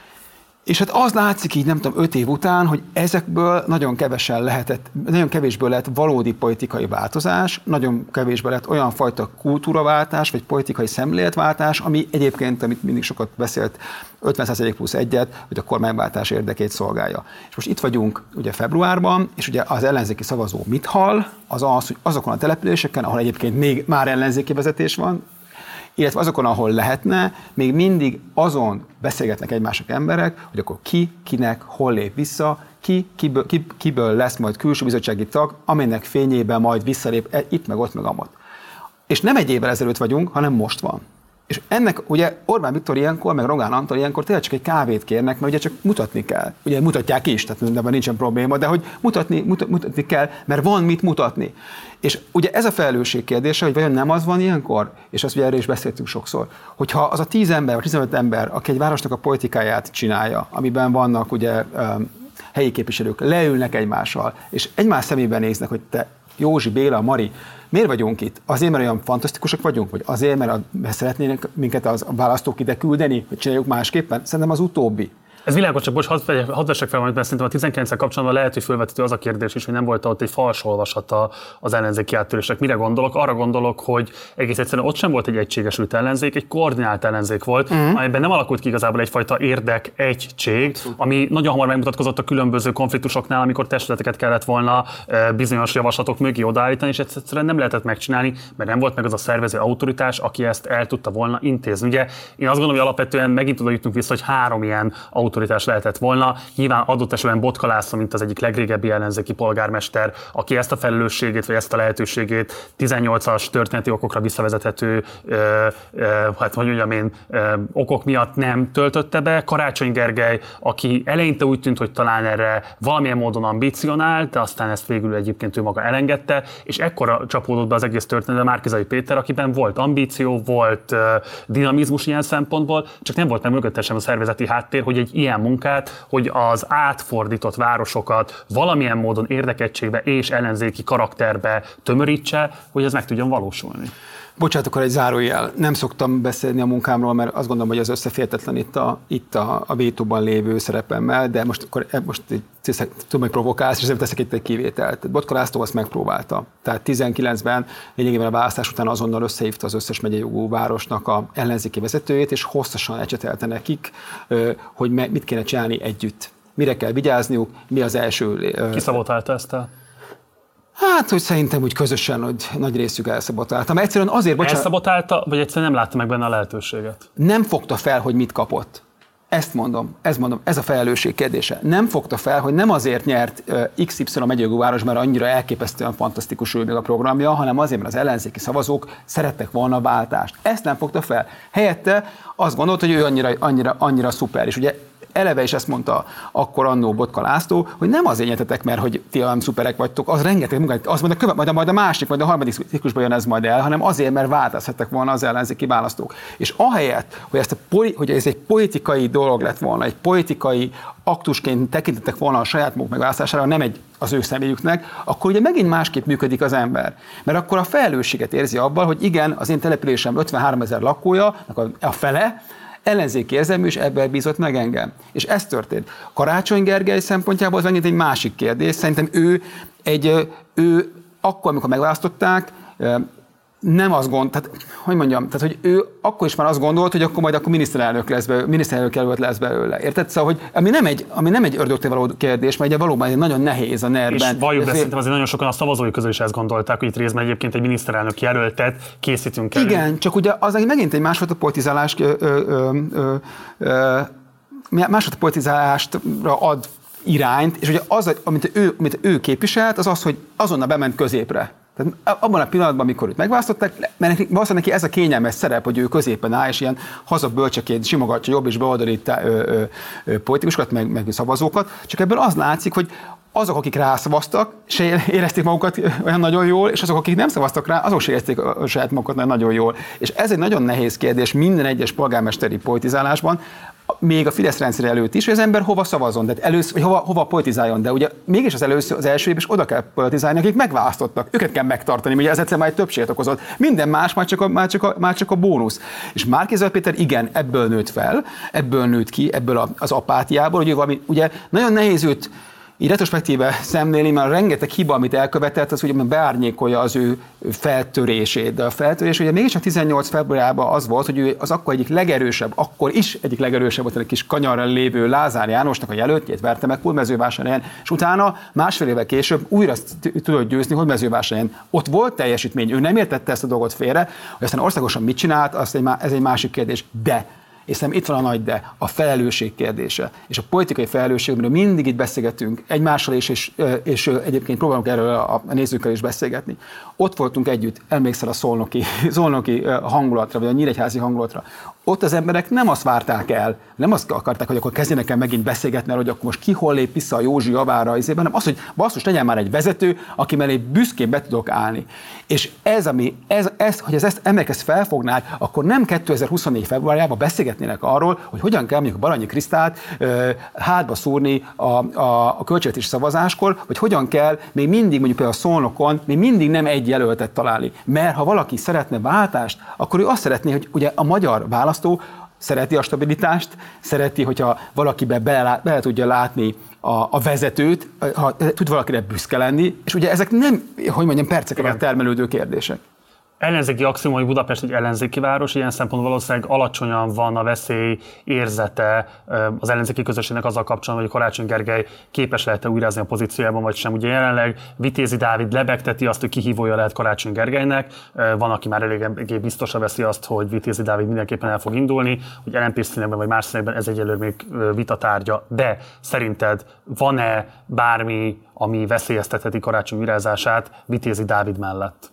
És hát az látszik így, nem tudom, 5 év után, hogy ezekből nagyon kevésből lett valódi politikai változás, nagyon kevésből lett olyan fajta kultúraváltás, vagy politikai szemléletváltás, ami egyébként, amit mindig sokat beszélt, 50%+1, hogy a kormányváltás érdekét szolgálja. És most itt vagyunk ugye februárban, és ugye az ellenzéki szavazó mit hall, az, hogy azokon a településeken, ahol egyébként még már ellenzéki vezetés van, illetve azokon, ahol lehetne, még mindig azon beszélgetnek egymások emberek, hogy akkor kinek, hol lép vissza, kiből lesz majd külső bizottsági tag, aminek fényében majd visszalép itt, meg ott, meg amott. És nem egy évvel ezelőtt vagyunk, hanem most van. És ennek ugye Orbán Viktor ilyenkor, meg Rogán Antal ilyenkor tényleg csak egy kávét kérnek, mert ugye csak mutatni kell. Ugye mutatják is, tehát ebben nincsen probléma, de hogy mutatni kell, mert van mit mutatni. És ugye ez a felelősség kérdése, hogy vajon nem az van ilyenkor, és azt ugye erről is beszéltünk sokszor, hogyha az a 10 ember, vagy 15 ember, aki egy városnak a politikáját csinálja, amiben vannak ugye helyi képviselők, leülnek egymással, és egymás szemében néznek, hogy te Józsi, Béla, Mari, miért vagyunk itt? Azért, mert olyan fantasztikusak vagyunk? Vagy azért, mert szeretnének minket a választók ide küldeni? Hogy csináljuk másképpen? Szerintem az utóbbi. Ez világos, csak most hadd vessek fel, mert szerintem a 19-el kapcsolatban lehet, hogy felvethető az a kérdés is, hogy nem volt ott egy fals olvasata az ellenzéki áttörésnek. Mire gondolok? Arra gondolok, hogy egész egyszerűen ott sem volt egy egységesült ellenzék, egy koordinált ellenzék volt, amiben nem alakult ki igazából egyfajta érdekegység, ami nagyon hamar megmutatkozott a különböző konfliktusoknál, amikor testületeket kellett volna bizonyos javaslatok mögé odaállítani, és egyszerűen nem lehetett megcsinálni, mert nem volt meg az a szervező autoritás, aki ezt el tudta volna intézni. Ugye én azt gondolom, hogy alapvetően megint oda jutunk vissza, hogy 3 ilyen autoritás lehetett volna. Nyilván adott esetben Botka László, mint az egyik legrégebbi ellenzéki polgármester, aki ezt a felelősségét, vagy ezt a lehetőségét 18-as történeti okokra visszavezethető, hát hogy mondjam én, okok miatt nem töltötte be. Karácsony Gergely, aki eleinte úgy tűnt, hogy talán erre valamilyen módon ambicionált, de aztán ezt végül egyébként ő maga elengedte, és ekkora csapódott be az egész történetbe Márki-Zay Péter, akiben volt ambíció, volt dinamizmus ilyen szempontból, csak nem volt meg mögötte sem a szervezeti háttér, hogy egy ilyen munkát, hogy az átfordított városokat valamilyen módon érdekegységbe és ellenzéki karakterbe tömörítse, hogy ez meg tudjon valósulni. Bocsánat, akkor egy zárójel. Nem szoktam beszélni a munkámról, mert azt gondolom, hogy az összeférhetetlen itt a vétóban lévő szerepemmel, de most tudom, hogy provokálsz, és ezért teszek itt egy kivételt. Botka László azt megpróbálta. Tehát 19-ben lényegében a választás után azonnal összehívta az összes megyei jogú városnak a ellenzéki vezetőjét, és hosszasan ecsetelte nekik, hogy mit kéne csinálni együtt. Mire kell vigyázniuk, mi az első... Kiszabotálta ezt el? Hát, hogy szerintem úgy közösen, hogy nagy részük elszabotálta. Mert egyszerűen azért, elszabotálta, vagy egyszerűen nem látta meg benne a lehetőséget? Nem fogta fel, hogy mit kapott. Ezt mondom, ez a felelősség kérdése. Nem fogta fel, hogy nem azért nyert XY a megyei város, mert annyira elképesztően fantasztikus ő még a programja, hanem azért, mert az ellenzéki szavazók szerettek volna váltást. Ezt nem fogta fel. Helyette azt gondolt, hogy ő annyira szuper. És ugye eleve is ezt mondta akkor annó Botka László, hogy nem azért nyertetek, mert hogy ti olyan szuperek vagytok, az rengeteg munkát, az majd a másik, majd a harmadik ciklusban jön ez majd el, hanem azért, mert változhattak volna az ellenzéki választók. És ahelyett, hogy ez egy politikai dolog lett volna, egy politikai aktusként tekintettek volna a saját maguk megválasztására, nem az ő személyüknek, akkor ugye megint másképp működik az ember. Mert akkor a felelősséget érzi abban, hogy igen, az én településem 53 000 lakója, a fele, ellenzéki érzelmű, és ebben bízott meg engem. És ez történt. Karácsony Gergely szempontjából az megint egy másik kérdés. Szerintem ő akkor, amikor megválasztották, nem azt tehát hogy ő akkor is már azt gondolt, hogy akkor miniszterelnök jelölt lesz belőle. Érted? Szóval, hogy ami nem egy ördögtől való kérdés, mert ugye valóban nagyon nehéz a nervben. És valljuk be, szerintem azért nagyon sokan a szavazói közül is ezt gondolták, hogy itt részben egyébként egy miniszterelnök jelöltet készítünk el. Igen, csak ugye az megint egy másfajta politizálás, másfajta politizálásra ad irányt, és ugye az, amit ő képviselt, az, hogy azonnal bement középre. Tehát abban a pillanatban, amikor őt megválasztották, mert valószínűleg neki ez a kényelmes szerep, hogy ő középen áll, és ilyen hazabölcseként simogatja jobb és baloldali politikusokat, meg szavazókat, csak ebből az látszik, hogy azok, akik rászavaztak, se érezték magukat olyan nagyon jól, és azok, akik nem szavaztak rá, azok se érezték saját magukat nagyon jól. És ez egy nagyon nehéz kérdés minden egyes polgármesteri politizálásban, még a Fidesz rendszer előtt is, hogy az ember hova szavazzon, vagy hova politizáljon, de ugye mégis az első évben is oda kell politizálni, akik megválasztottak, őket kell megtartani, ugye ez egyszer már egy többséget okozott. Minden más már csak a bónusz. És Márki Zöld Péter igen, ebből nőtt ki, ebből az apátiából, hogy valami, ugye nagyon nehéz őt így retrospektíve szemlélni, mert a rengeteg hiba, amit elkövetett, az ugye beárnyékolja az ő feltörését. De a feltörés ugye mégiscsak 18 februárjában az volt, hogy ő az akkor egyik legerősebb volt egy kis kanyarral lévő Lázár Jánosnak a jelöltjét verte meg Hódmezővásárhelyen, és utána másfél évvel később újra tudott győzni Hódmezővásárhelyen. Ott volt teljesítmény, ő nem értette ezt a dolgot félre, hogy aztán országosan mit csinált, ez egy másik kérdés, de és szerintem itt van a nagy de, a felelősség kérdése. És a politikai felelősség, amiről mindig itt beszélgetünk egymással is, és egyébként próbálunk erről a nézőkkel is beszélgetni. Ott voltunk együtt, emlékszel a szolnoki hangulatra, vagy a nyíregyházi hangulatra. Ott az emberek nem azt várták el, nem azt akarták, hogy akkor kezdjenek el megint beszélgetni, hogy akkor most ki hol lép vissza a Józsi javára, hanem az, hogy basszus, legyen már egy vezető, aki mellé büszkén be tudok állni. És hogy ezt emberek ezt felfognák, akkor nem 2024 februárjában beszélgetnének arról, hogy hogyan kell mondjuk Baranyi Krisztát hátba szúrni a költségvetési szavazáskor, vagy hogyan kell még mindig mondjuk például a Szolnokon még mindig nem egy jelöltet találni. Mert ha valaki szeretne váltást, akkor ő azt szeretné, hogy ugye a magyar választó szereti a stabilitást, szereti, hogyha valakibe bele tudja látni a vezetőt, ha tud valakire büszke lenni, és ugye ezek nem, perceken termelődő kérdések. Ellenzéki axiom, hogy Budapest egy ellenzéki város, ilyen szempontból valószínűleg alacsonyan van a veszély érzete az ellenzéki közösségnek azzal kapcsolatban, hogy Karácsony Gergely képes lehet-e újrázni a pozíciójában, vagy sem. Ugye jelenleg Vitézi Dávid lebegteti azt, hogy kihívója lehet Karácsony Gergelynek. Van, aki már eléggé biztosra veszi azt, hogy Vitézi Dávid mindenképpen el fog indulni, hogy LMP-s színekben vagy más színekben ez egyelőre még vitatárgya. De szerinted van-e bármi, ami veszélyeztetheti Karácsony újrázását Vitézi Dávid mellett?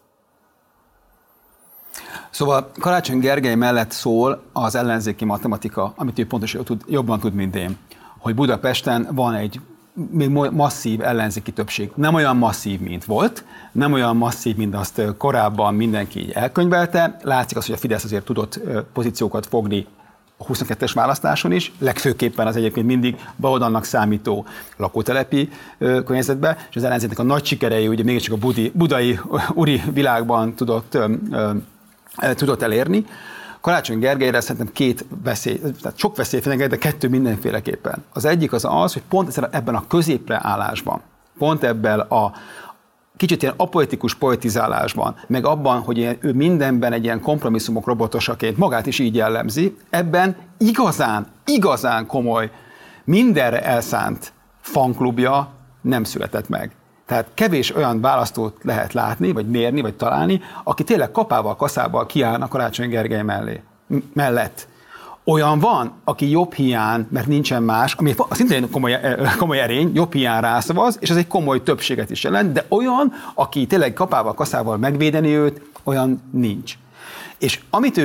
Szóval Karácsony Gergely mellett szól az ellenzéki matematika, amit ő pontosan jobban tud, mint én, hogy Budapesten van egy még masszív ellenzéki többség. Nem olyan masszív, mint volt, nem olyan masszív, mint azt korábban mindenki így elkönyvelte. Látszik az, hogy a Fidesz azért tudott pozíciókat fogni a 22-es választáson is, legfőképpen az egyébként mindig baloldalnak számító lakótelepi környezetben, és az ellenzéknek a nagy sikerei ugye mégiscsak a budai uri világban tudott tudott elérni. Karácsony Gergelyre szerintem tehát sok veszély fenyeget, de kettő mindenféleképpen. Az egyik az, hogy pont ebben a középre állásban, pont ebben a kicsit ilyen apolitikus politizálásban, meg abban, hogy ő mindenben egy ilyen kompromisszumok robotosaként magát is így jellemzi, ebben igazán komoly, mindenre elszánt fanklubja nem született meg. Tehát kevés olyan választót lehet látni, vagy mérni, vagy találni, aki tényleg kapával, kaszával kiállna Karácsony Gergely mellett. Olyan van, aki jobb hiány, mert nincsen más, ami szintén komoly erény, jobb hiány rászavaz, és ez egy komoly többséget is jelent, de olyan, aki tényleg kapával, kaszával megvédeni őt, olyan nincs. És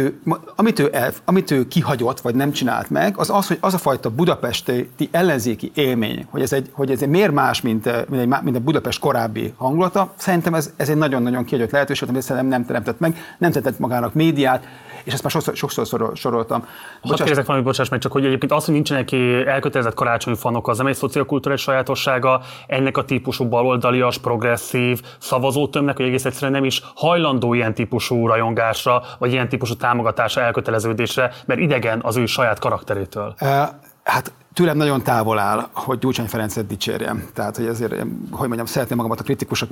amit ő kihagyott, vagy nem csinált meg, hogy az a fajta budapesti ellenzéki élmény, hogy ez miért más, mint a Budapest korábbi hangulata, szerintem ez egy nagyon-nagyon kihagyott lehetőség, amit szerintem nem teremtett meg, nem tetett magának médiát, és ezt már sokszor soroltam. Hadd kérdezek valami, bocsáss meg, csak hogy egyébként az, hogy nincsenek elkötelezett karácsonyi fanok, az nem egy szociokulturális sajátossága ennek a típusú baloldalias, progresszív szavazótömnek, hogy egész egyszerűen nem is hajlandó ilyen típusú rajongásra, vagy ilyen típusú támogatásra, elköteleződésre, mert idegen az ő saját karakterétől. Hát tőlem nagyon távol áll, hogy Gyurcsány Ferencet dicsérjem. Tehát, hogy azért, hogy mondjam, szeretném magamat a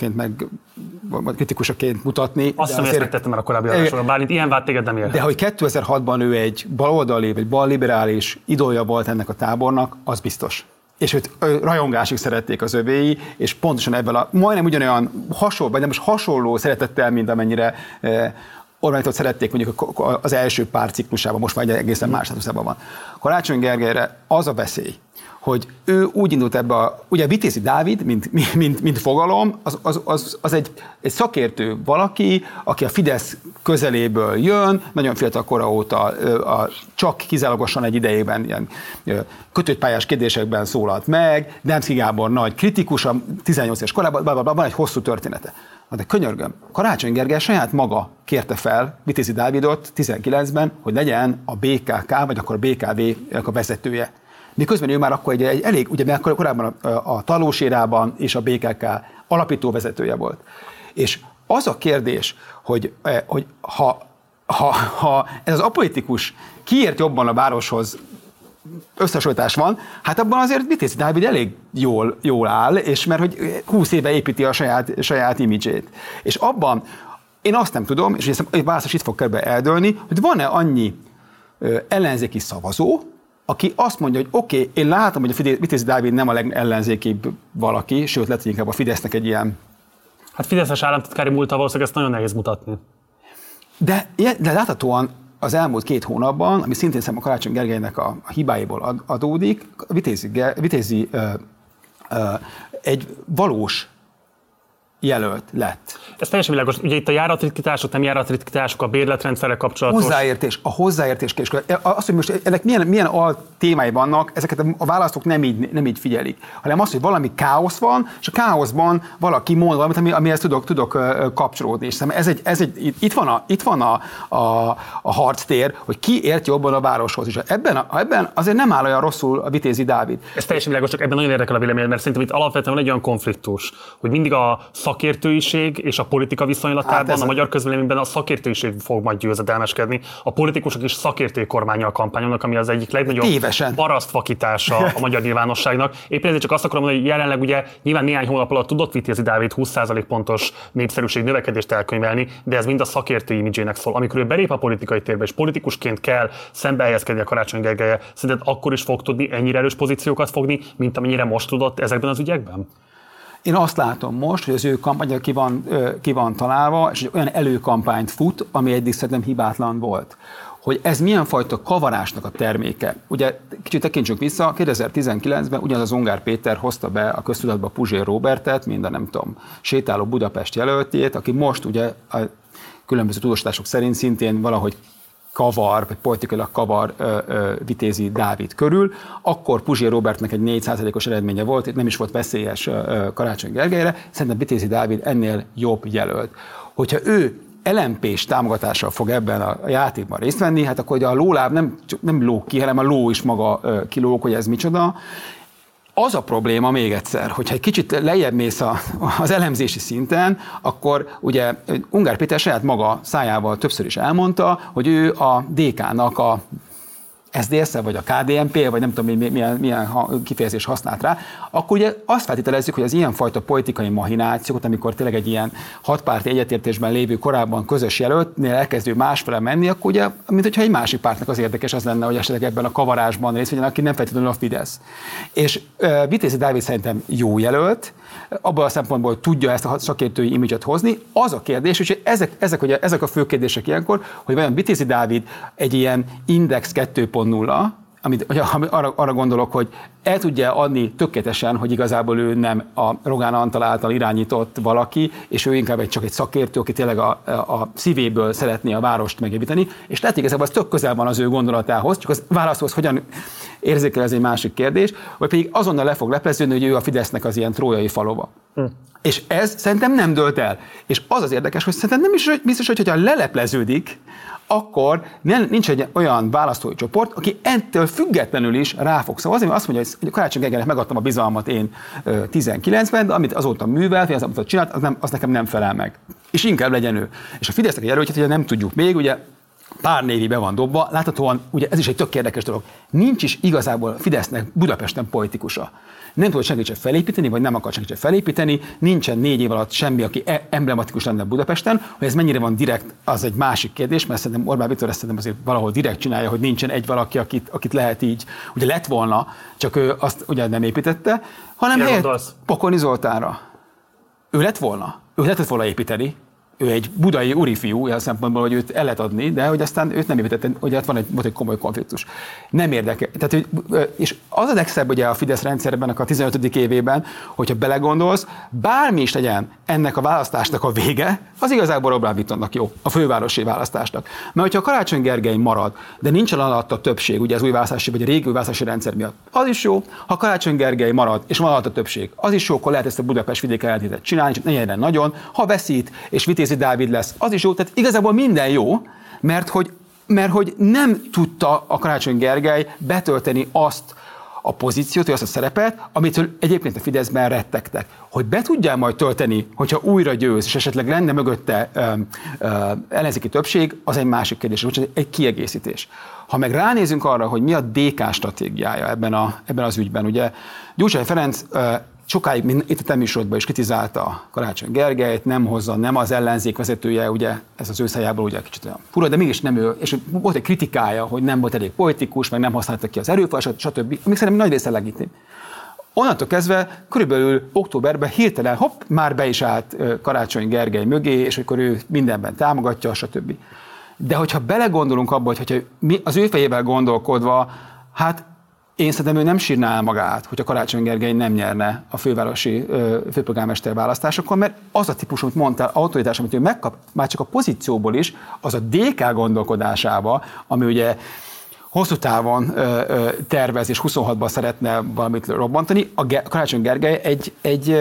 kritikusaként mutatni. Azt hiszem, ezt megtettem már a korábbi adásban, bármint ilyen vád téged nem érhet. De hogy 2006-ban ő egy baloldali, vagy balliberális idolja volt ennek a tábornak, az biztos. És őt rajongásig szerették az övéi, és pontosan ebből majdnem ugyanolyan hasonló szeretettel, mint amennyire Orbánítót szerették mondjuk az első pár ciklusában, most már egy egészen más státuszában van. Karácsony Gergelyre az a veszély, hogy ő úgy indult ebbe ugye Vitézi Dávid, mint fogalom, az egy szakértő valaki, aki a Fidesz közeléből jön, nagyon fiatal kora óta csak kizárólagosan egy idejében ilyen kötött pályás kérdésekben szólalt meg, Demszky Gábor nagy kritikus, a 18 éves korában van egy hosszú története. De könyörgöm, Karácsony Gergely saját maga kérte fel Vitézi Dávidot 19-ben, hogy legyen a BKK, vagy akkor a BKV a vezetője. Miközben ő már akkor egy elég, ugye mert korábban a Talós érában és a BKK alapító vezetője volt. És az a kérdés, hogy ha ez az apolitikus kiért jobban a városhoz összehasonlítás van, hát abban azért Vitézi Dávid elég jól áll, és mert hogy 20 éve építi a saját imidzsét. És abban én azt nem tudom, és a választás itt fog körbe eldőlni, hogy van-e annyi ellenzéki szavazó, aki azt mondja, hogy oké, én látom, hogy a Vitézi Dávid nem a legellenzékibb valaki, sőt, lehet, hogy inkább a Fidesznek egy ilyen... Hát Fideszes államtitkári múltal valószínűleg ezt nagyon nehéz mutatni. De láthatóan az elmúlt 2 hónapban, ami szintén szerintem a Karácsony Gergelynek a hibáiból adódik, Vitézi egy valós jelölt lett. Ez teljesen világos. Ugye itt a járatritkítások, nem járatritkítások, a bérletrendszerrel kapcsolatos. A hozzáértés. Az, hogy most ennek milyen témái vannak, ezeket a választók nem így figyelik, hanem az, hogy valami káosz van, és a káoszban valaki mond valamit, amihez tudok kapcsolódni. És itt van a harctér, hogy ki ért jobban a városhoz. És ebben azért nem áll olyan rosszul a Vitézi Dávid. Ez teljesen világos, csak ebben nagyon érdekel a véleményed, mert szerintem itt alapvetően van egy olyan konfliktus, hogy mindig a szakértőiség és a politika viszonylatában a magyar közvéleményben a szakértőiség fog majd győzedelmeskedni. A politikusok is szakértői kormánnyal kampányolnak, ami az egyik legnagyobb parasztvakítása a magyar nyilvánosságnak. Éppen ezért csak azt akarom mondani, hogy jelenleg ugye nyilván néhány hónap alatt tudott Vitézi Dávid 20% pontos népszerűség növekedést elkönyvelni, de ez mind a szakértői imidzsének szól. Amikor ő belép a politikai térbe és politikusként kell szembe helyezkedni a Karácsony Gergellyel, szerinted akkor is fog tudni ennyire erős pozíciókat fogni, mint amennyire most tudott ezekben az ügyekben? Én azt látom most, hogy az ő kampánya ki van találva, és egy olyan előkampányt fut, ami eddig szerintem hibátlan volt. Hogy ez milyen fajta kavarásnak a terméke. Ugye kicsit tekintsünk vissza, 2019-ben ugyanaz az Ungár Péter hozta be a köztudatba Puzsér Róbertet, mind a nem tudom, sétáló Budapest jelöltjét, aki most ugye a különböző tudósítások szerint szintén valahogy vagy politikailag kavar Vitézi Dávid körül. Akkor Puzsér Róbertnek egy 4%-os eredménye volt, itt nem is volt veszélyes Karácsony Gergelyre, szerintem Vitézi Dávid ennél jobb jelölt. Hogyha ő LMP-s támogatással fog ebben a játékban részt venni, hát akkor ugye a lóláb nem lóg ki, hanem a ló is maga kilóg, hogy ez micsoda. Az a probléma még egyszer, hogyha egy kicsit lejjebb mész az elemzési szinten, akkor ugye Ungár Péter saját maga szájával többször is elmondta, hogy ő a DK-nak a SZDSZ-e, vagy a KDNP, vagy nem tudom, milyen kifejezés használt rá, akkor ugye azt feltételezzük, hogy az ilyenfajta politikai mahinációkat, amikor tényleg egy ilyen hatpárti egyetértésben lévő korábban közös jelöltnél elkezdő másfele menni, akkor ugye, mint hogyha egy másik pártnak az érdekes az lenne, hogy esetleg ebben a kavarásban részt vegyen, aki nem feltétlenül a Fidesz. És Vitézi Dávid szerintem jó jelölt, abban a szempontból, hogy tudja ezt a szakértői imidzset hozni. Az a kérdés, és ezek a fő kérdések ilyenkor, hogy vajon Vitézi Dávid egy ilyen Index 2.0, amit arra gondolok, hogy el tudja adni tökéletesen, hogy igazából ő nem a Rogán Antal által irányított valaki, és ő inkább csak egy szakértő, aki tényleg a szívéből szeretné a várost megépíteni, és lehet igazából ez tök közel van az ő gondolatához, csak az válaszhoz hogyan érzékel, ez egy másik kérdés, vagy pedig azonnal le fog lepleződni, hogy ő a Fidesznek az ilyen trójai falova. És ez szerintem nem dölt el. És az az érdekes, hogy szerintem nem is biztos, hogyha lelepleződik, akkor nincs egy olyan választói csoport, aki ettől függetlenül is rá fog szavazni, mert azt mondja, hogy Karácsony Gergelynek megadtam a bizalmat én 19-ben, de amit azóta művelt, vagy amit csinált, az nekem nem felel meg. És inkább legyen ő. És a Fidesznek egy jelöltjét ugye nem tudjuk még, ugye pár névi be van dobva, láthatóan ugye ez is egy tök érdekes dolog. Nincs is igazából Fidesznek Budapesten politikusa. Nem tudod senkit sem felépíteni, vagy nem akar senkit sem felépíteni, nincsen 4 év alatt semmi, aki emblematikus lenne Budapesten, hogy ez mennyire van direkt, az egy másik kérdés, mert szerintem Orbán Viktor ezt szerintem azért valahol direkt csinálja, hogy nincsen egy valaki, akit lehet így, ugye lett volna, csak ő azt ugye nem építette, hanem helyett Pokorni Zoltánra. Ő lett volna építeni, ő egy budai úrifiú, ilyen szempontból, hogy őt el lehet adni, de hogy aztán őt nem építette, hogy volt egy komoly konfliktus. Nem érdekel. Tehát, és az a legszebb ugye a Fidesz rendszerben a 15. évében, hogyha belegondolsz, bármi is legyen ennek a választásnak a vége, az igazából Orbán Viktornak jó, a fővárosi választásnak. Mert hogyha Karácsony Gergely marad, de nincsen alatt a többség, ugye az új választási vagy a régi új választási rendszer miatt, az is jó. Ha Karácsony Gergely marad, és van alatt a többség, az is jó, akkor lehet ezt a Budapest vidék ellentétet csinálni, csak ne legyen nagyon. Ha veszít, és Vitézi Dávid lesz, az is jó, tehát igazából minden jó, mert hogy nem tudta a Karácsony Gergely betölteni azt a pozíciót, azt a szerepet, amitől egyébként a Fideszben rettegtek. Hogy be tudjál majd tölteni, hogyha újra győz, és esetleg lenne mögötte ellenzéki többség, az egy másik kérdés, vagy egy kiegészítés. Ha meg ránézünk arra, hogy mi a DK stratégiája ebben az ügyben, ugye Gyurcsány Ferenc sokáig itt a te műsorodban is kritizálta Karácsony Gergelyt, nem az ellenzék vezetője, ugye ez az ő szájából ugye kicsit olyan fura, de mégis nem ő, és volt egy kritikája, hogy nem volt elég politikus, meg nem használta ki az erőforrásokat, stb. Amik szerintem nagy része legitim. Onnantól kezdve körülbelül októberben hirtelen már be is állt Karácsony Gergely mögé, és akkor ő mindenben támogatja, stb. De hogyha belegondolunk abba, hogyha mi az ő fejével gondolkodva, hát én szerintem ő nem sírná el magát, hogyha Karácsony Gergely nem nyerne a fővárosi főpolgármester választásokon, mert az a típus, amit mondtál, autoritás, amit ő megkap, már csak a pozícióból is, az a DK gondolkodásába, ami ugye hosszú távon tervez, és 26-ban szeretne valamit robbantani, a Karácsony Gergely egy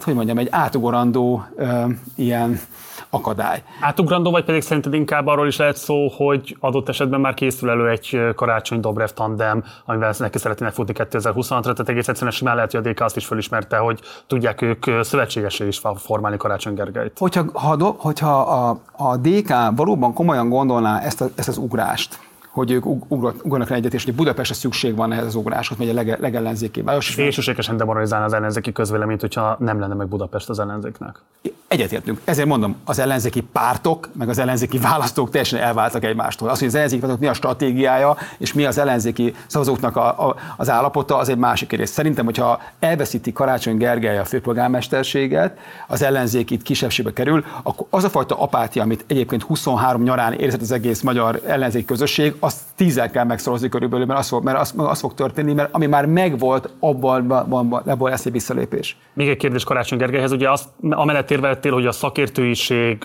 átugorandó ilyen akadály. Átugrandó, vagy pedig szerinted inkább arról is lehet szó, hogy adott esetben már készül elő egy Karácsony-Dobrev tandem, amivel neki szeretnének futni 2026-ra, tehát egész egyszerűen simán lehet, hogy a DK azt is fölismerte, hogy tudják ők szövetségesé is formálni Karácsony Gergelyt. Hogyha a DK valóban komolyan gondolná ezt az ugrást, hogy ők ugranak rá egyet, és hogy Budapestre szükség van ehhez az ugráshoz, megy a legellenzéki város. Szélsőségesen demoralizálna az ellenzéki közvéleményt, hogyha nem lenne meg Budapest az ellenzéknek. Egyetértünk. Ezért mondom, az ellenzéki pártok, meg az ellenzéki választók teljesen elváltak egymástól. Az, hogy az ellenzéki pártok mi a stratégiája, és mi az ellenzéki szavazóknak az állapota, az egy másik kérdés. Szerintem, hogyha elveszíti Karácsony Gergely a főpolgármesterséget, az ellenzék itt kisebbségbe kerül, akkor az a fajta apátia, amit egyébként 23 nyarán érzett az egész magyar ellenzéki közösség, azt 10-el kell megszorozni körülbelül, mert az fog történni, mert ami már megvolt, abból lesz egy visszalépés. Még egy kérdés Karácsony Gergelyhez, ugye azt amellett érveltél, hogy a szakértőiség,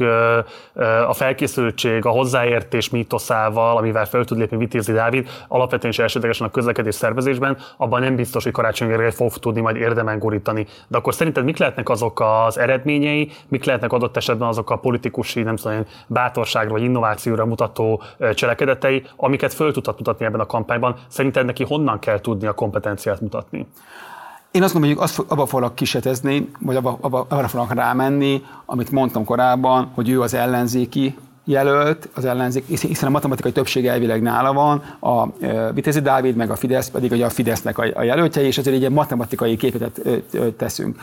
a felkészültség, a hozzáértés mítoszával, amivel fel tud lépni Vitézi Dávid, alapvetően is elsődlegesen a közlekedés szervezésben, abban nem biztos, hogy Karácsony Gergely fog tudni majd érdemen gurítani. De akkor szerinted mik lehetnek azok az eredményei, mik lehetnek adott esetben azok a politikusi, nem tudom, bátorságra vagy innovációra mutató cselekedetei, amiket föl tudhat mutatni ebben a kampányban? Szerinted neki honnan kell tudni a kompetenciát mutatni? Én azt mondom, hogy abba fogok kísérletezni, vagy arra fogok rámenni, amit mondtam korábban, hogy ő az ellenzéki jelölt, az ellenzék, hiszen a matematikai többség elvileg nála van, a Vitézi Dávid, meg a Fidesz pedig ugye a Fidesznek a jelöltjei, és ezért egy matematikai képletet teszünk.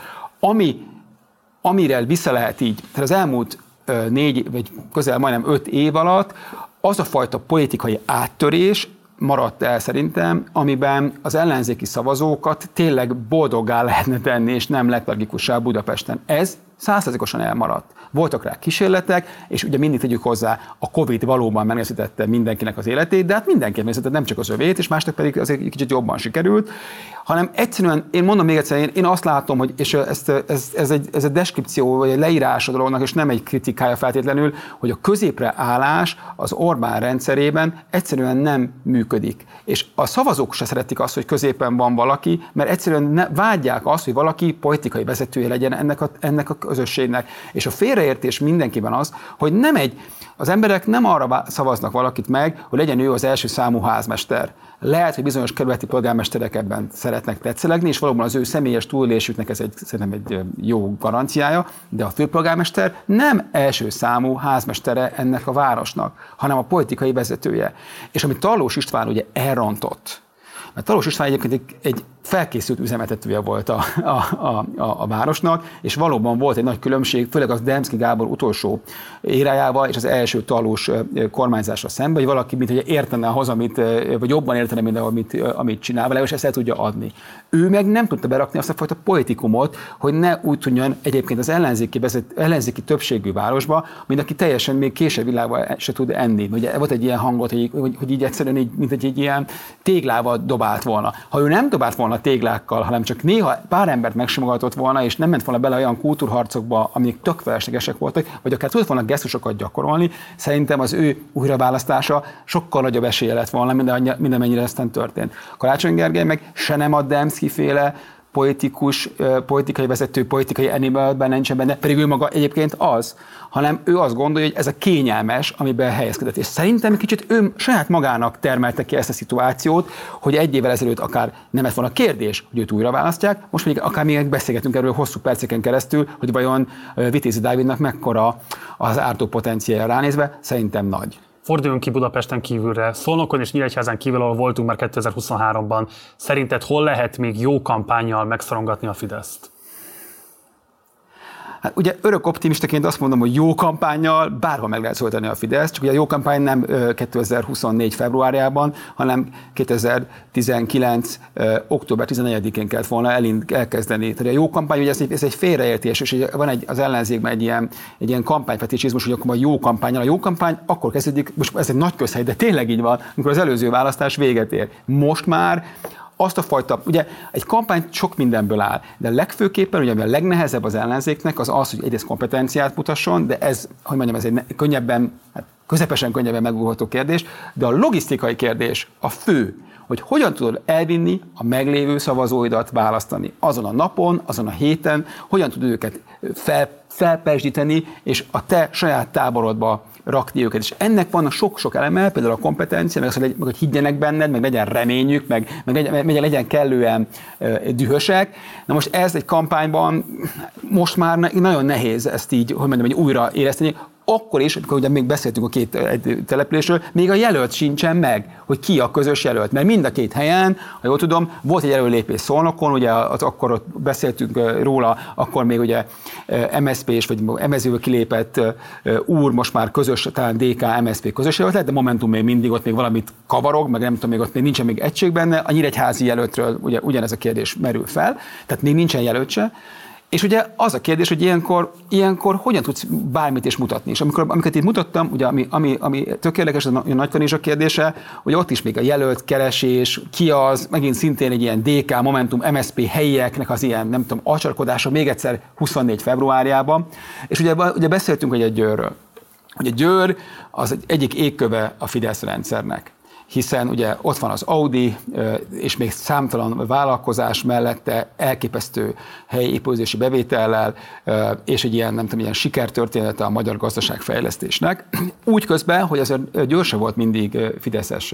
Amire vissza lehet így, tehát az elmúlt 4 vagy közel majdnem 5 év alatt az a fajta politikai áttörés maradt el szerintem, amiben az ellenzéki szavazókat tényleg boldoggá lehetne tenni, és nem letargikussá Budapesten. Ez 100%-osan elmaradt. Voltak rá kísérletek, és ugye mindig tegyük hozzá, a Covid valóban megnehezítette mindenkinek az életét, de hát mindenki megnehezítette, nem csak az övét, és másnak pedig azért kicsit jobban sikerült, hanem egyszerűen, én mondom még egyszer, én azt látom, hogy, és ez egy deskripció, vagy egy leírás a dolognak, és nem egy kritikája feltétlenül, hogy a középre állás az Orbán rendszerében egyszerűen nem működik. És a szavazók se szeretik azt, hogy középen van valaki, mert egyszerűen vágyják azt, hogy valaki politikai vezetője legyen ennek a közösségnek. És a félreértés mindenkiben az, hogy az emberek nem arra szavaznak valakit meg, hogy legyen ő az első számú házmester. Lehet, hogy bizonyos kerületi polgármesterek ebben szeretnek tetszelegni, és valóban az ő személyes túlélésüknek ez szerintem egy jó garanciája, de a főpolgármester nem első számú házmestere ennek a városnak, hanem a politikai vezetője. És amit Tarlós István ugye elrontott, mert Tarlós István egyébként egy felkészült üzemeltetője volt a városnak, és valóban volt egy nagy különbség, főleg az Demszky Gábor utolsó érájával és az első Tarlós kormányzásra szemben, hogy valaki mint értene ahhoz, vagy jobban értene minden, amit csinál vele, és ezt el tudja adni. Ő meg nem tudta berakni azt a fajta politikumot, hogy ne úgy tudjon egyébként az ellenzéki többségű városba, mint aki teljesen még később világban se tud enni. Ugye volt egy ilyen hangot, hogy így egyszerűen mint egy ilyen téglával dobált volna. Ha ő nem dobált volna téglákkal, hanem csak néha pár embert megsimogatott volna, és nem ment volna bele olyan kultúrharcokba, amik tök feleslegesek voltak, vagy akár tudott volna gesztusokat gyakorolni, szerintem az ő újraválasztása sokkal nagyobb esélye lett volna, mint amennyire aztán történt. Karácsony Gergely meg se nem a Demszky-féle politikai vezető, politikai animalben nincsen benne, pedig ő maga egyébként az, hanem ő azt gondolja, hogy ez a kényelmes, amiben helyezkedett. És szerintem kicsit ő saját magának termelte ki ezt a szituációt, hogy 1 évvel ezelőtt akár nem lett volna kérdés, hogy őt újra választják, most még akár még beszélgetünk erről hosszú perceken keresztül, hogy vajon Vitézi Dávidnak mekkora az ártó potenciálja ránézve, szerintem nagy. Forduljunk ki Budapesten kívülre. Szolnokon és Nyíregyházán kívül, ahol voltunk már 2023-ban, szerinted hol lehet még jó kampánnyal megszorongatni a Fideszt? Hát ugye örök optimistaként azt mondom, hogy jó kampánnyal bárhol meg lehet szólítani a Fideszt, csak ugye a jó kampány nem 2024 februárjában, hanem 2019 október 14-én kellett volna elkezdeni. Tehát a jó kampány, ugye ez egy félreértés, és van az ellenzékben egy ilyen kampányfeticsizmus, hogy akkor a jó kampánnyal. A jó kampány akkor kezdődik, most ez egy nagy közhely, de tényleg így van, amikor az előző választás véget ér. Most már azt a fajta, ugye egy kampány sok mindenből áll, de legfőképpen, ugye a legnehezebb az ellenzéknek az, hogy egyrészt kompetenciát mutasson, de ez, hogy mondjam, ez egy közepesen könnyebben megoldható kérdés, de a logisztikai kérdés a fő, hogy hogyan tudod elvinni a meglévő szavazóidat választani azon a napon, azon a héten, hogyan tudod őket felperzsdíteni, és a te saját táborodba rakni őket. És ennek vannak sok-sok eleme, például a kompetencia, meg az, hogy higgyenek benned, meg legyen reményük, meg legyen kellően dühösek. Na most ez egy kampányban most már nagyon nehéz ezt így, hogy mondjam, hogy újra érezteni. Akkor is, amikor ugye még beszéltünk a két településről, még a jelölt sincsen meg, hogy ki a közös jelölt. Mert mind a két helyen, ha jól tudom, volt egy előlépés Szolnokon, ugye akkor ott beszéltünk róla, akkor még ugye MSZP-s vagy MSZP-ből kilépett úr, most már közös, talán DK-MSZP közös jelölt lett, de Momentum még mindig ott még valamit kavarog, meg nem tudom, még ott még nincsen még egység benne. A nyíregyházi jelöltről ugye ugyanez a kérdés merül fel, tehát még nincsen jelölt se. És ugye az a kérdés, hogy ilyenkor hogyan tudsz bármit is mutatni. És amiket itt mutattam, ugye, ami tök érdekes, a Nagykanizsa kérdése, hogy ott is még a jelölt keresés, ki az, megint szintén egy ilyen DK, Momentum, MSZP helyieknek az ilyen, nem tudom, acsarkodása még egyszer 24 februárjában. És ugye beszéltünk egy Győrről. Ugye Győr az egyik égköve a Fidesz rendszernek. hiszen ugye ott van az Audi, és még számtalan vállalkozás mellette elképesztő helyi épülőzési bevétellel, és egy ilyen, nem tudom, ilyen sikertörténete a magyar gazdaságfejlesztésnek. Úgy közben, hogy azért Győrse volt mindig fideszes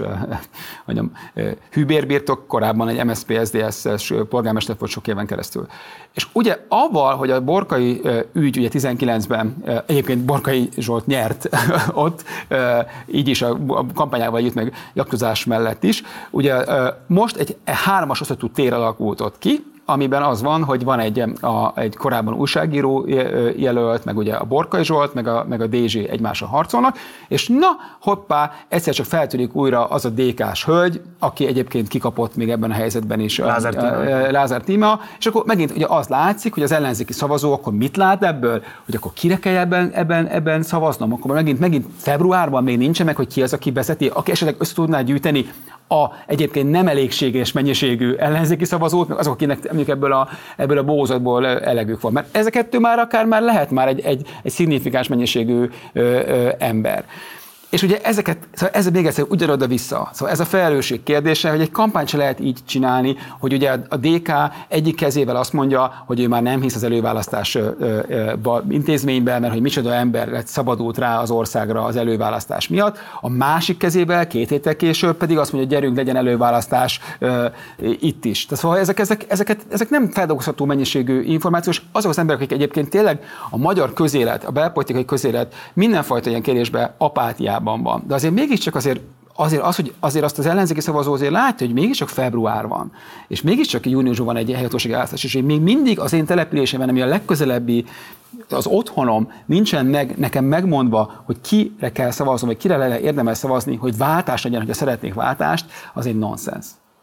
hűbérbirtok, korábban egy MSZP-SZDSZ-es polgármester volt sok éven keresztül. És ugye avval, hogy a Borkai ügy ugye 19-ben, egyébként Borkai Zsolt nyert ott, így is a kampányával együtt, meg jaktozás mellett is, ugye most egy 3-as osztatú tér alakult ott ki, amiben az van, hogy van egy korábban újságíró jelölt, meg ugye a Borkai Zsolt, meg a Dézsi egymásra harcolnak, és na, hoppá, egyszer csak feltűnik újra az a DK-s hölgy, aki egyébként kikapott még ebben a helyzetben is, Lázár Tímea, és akkor megint ugye az látszik, hogy az ellenzéki szavazó akkor mit lát ebből, hogy akkor kire kell ebben szavaznom, akkor megint februárban még nincsen meg, hogy ki az, aki vezeti, aki esetleg össze tudná gyűjteni egyébként nem elégséges mennyiségű ellenzéki szavazót, meg azok, akinek mondjuk ebből a bózatból elegük van. Mert ezeket már akár lehet már egy szignifikáns mennyiségű ember. És ugye szóval ez még egyszer ugyanoda vissza. Szóval ez a felelősség kérdése, hogy egy kampányt se lehet így csinálni, hogy ugye a DK egyik kezével azt mondja, hogy ő már nem hisz az előválasztás intézményben, mert hogy micsoda ember lett szabadult rá az országra az előválasztás miatt. A másik kezével 2 héttel később pedig azt mondja, hogy gyerünk, legyen előválasztás itt is. Tehát szóval ezek nem feldolgozható mennyiségű információs. Azok az emberek, akik egyébként tényleg a magyar közélet, a belpolitikai közélet mindenfajta ilyen kérdésben apátiában van. De azért mégiscsak azért azt az ellenzéki szavazó azért látja, hogy mégiscsak február van, és mégiscsak júniusban van egy helyhatósági választás, és még mindig az én településemben, ami a legközelebbi, az otthonom, nincsen nekem megmondva, hogy kire kell szavaznom, vagy kire érdemes szavazni, hogy váltás legyen, hogyha szeretnék váltást, az egy nonsens.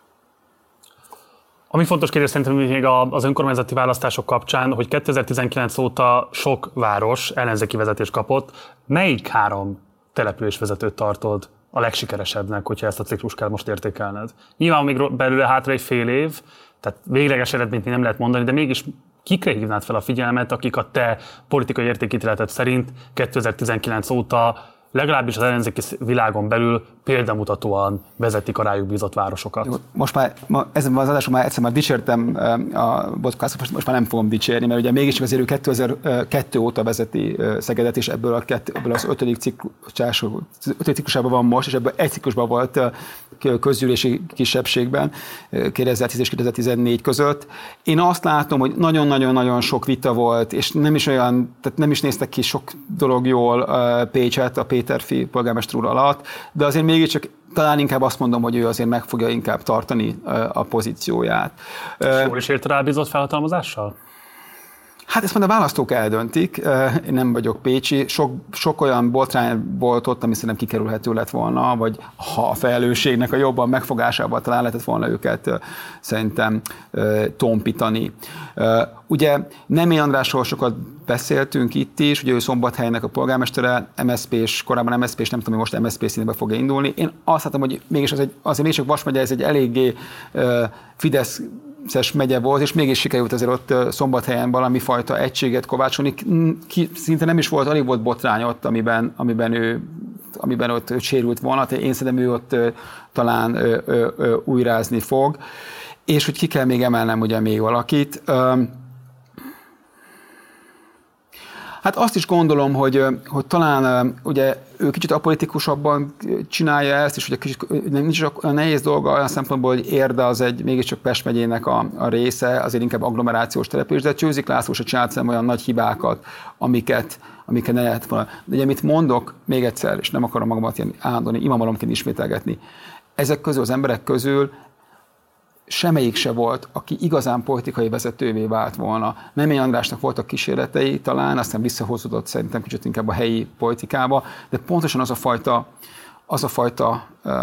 Ami fontos kérdés szerintem még az önkormányzati választások kapcsán, hogy 2019 óta sok város ellenzéki vezetést kapott. Melyik 3 településvezetőt tartod a legsikeresebbnek, hogyha ezt a ciklust kell most értékelned? Nyilván még belőle hátra egy fél év, tehát végleges eredményt még nem lehet mondani, de mégis kikre hívnád fel a figyelmet, akik a te politikai értékítéleted szerint 2019 óta legalábbis az ellenzéki világon belül példamutatóan vezetik a rájuk bízott városokat? Most már ezen az adáson már egyszer már dicsértem a podcastot, most már nem fogom dicsérni, mert ugye mégis azért ő 2002 óta vezeti Szegedet, és ebből az 5. ciklusában van most, és ebből egy ciklusban volt közgyűlési kisebbségben 2010 és 2014 között. Én azt látom, hogy nagyon-nagyon-nagyon sok vita volt, és nem is néztek ki sok dolog jól Pécset, a Péterfi polgármester úr alatt, de azért mégiscsak talán inkább azt mondom, hogy ő azért meg fogja inkább tartani a pozícióját. Jól is érte rá bízott felhatalmazással? Hát ezt majd a választók eldöntik, én nem vagyok pécsi, sok olyan botrány volt ott, ami szerintem kikerülhető lett volna, vagy ha a felelősségnek a jobban megfogásával talán lehetett volna őket szerintem tompítani. Ugye Nemély Andrásról sokat beszéltünk itt is, ugye ő Szombathelynek a polgármestere, MSZP-s, korábban MSZP-s, nem tudom, hogy most MSZP színbe fogja indulni. Én azt látom, hogy mégis azért mégiscsak Vas megye, ez egy eléggé Fidesz megye volt, és mégis sikerült azért ott Szombathelyen valami fajta egységet kovácsolni. Szinte nem is volt, alig volt botrány ott, amiben ott sérült volna, én szerintem ő ott talán újrázni fog. És hogy ki kell még emelnem ugye még valakit. Hát azt is gondolom, hogy talán ugye ő kicsit apolitikusabban csinálja ezt, és ugye kicsit nincs olyan nehéz dolga olyan szempontból, hogy Érde az mégiscsak Pest megyének a része, azért inkább agglomerációs település, de Csőzik László se csinált olyan nagy hibákat, amiket ne lehet volna. De ugye, amit mondok még egyszer, és nem akarom magamat ilyen állandóan imamalomként ismételgetni, ezek közül az emberek közül semmelyik se volt, aki igazán politikai vezetővé vált volna. Nemély Andrásnak voltak kísérletei talán, aztán visszahozódott szerintem kicsit inkább a helyi politikába, de pontosan az a fajta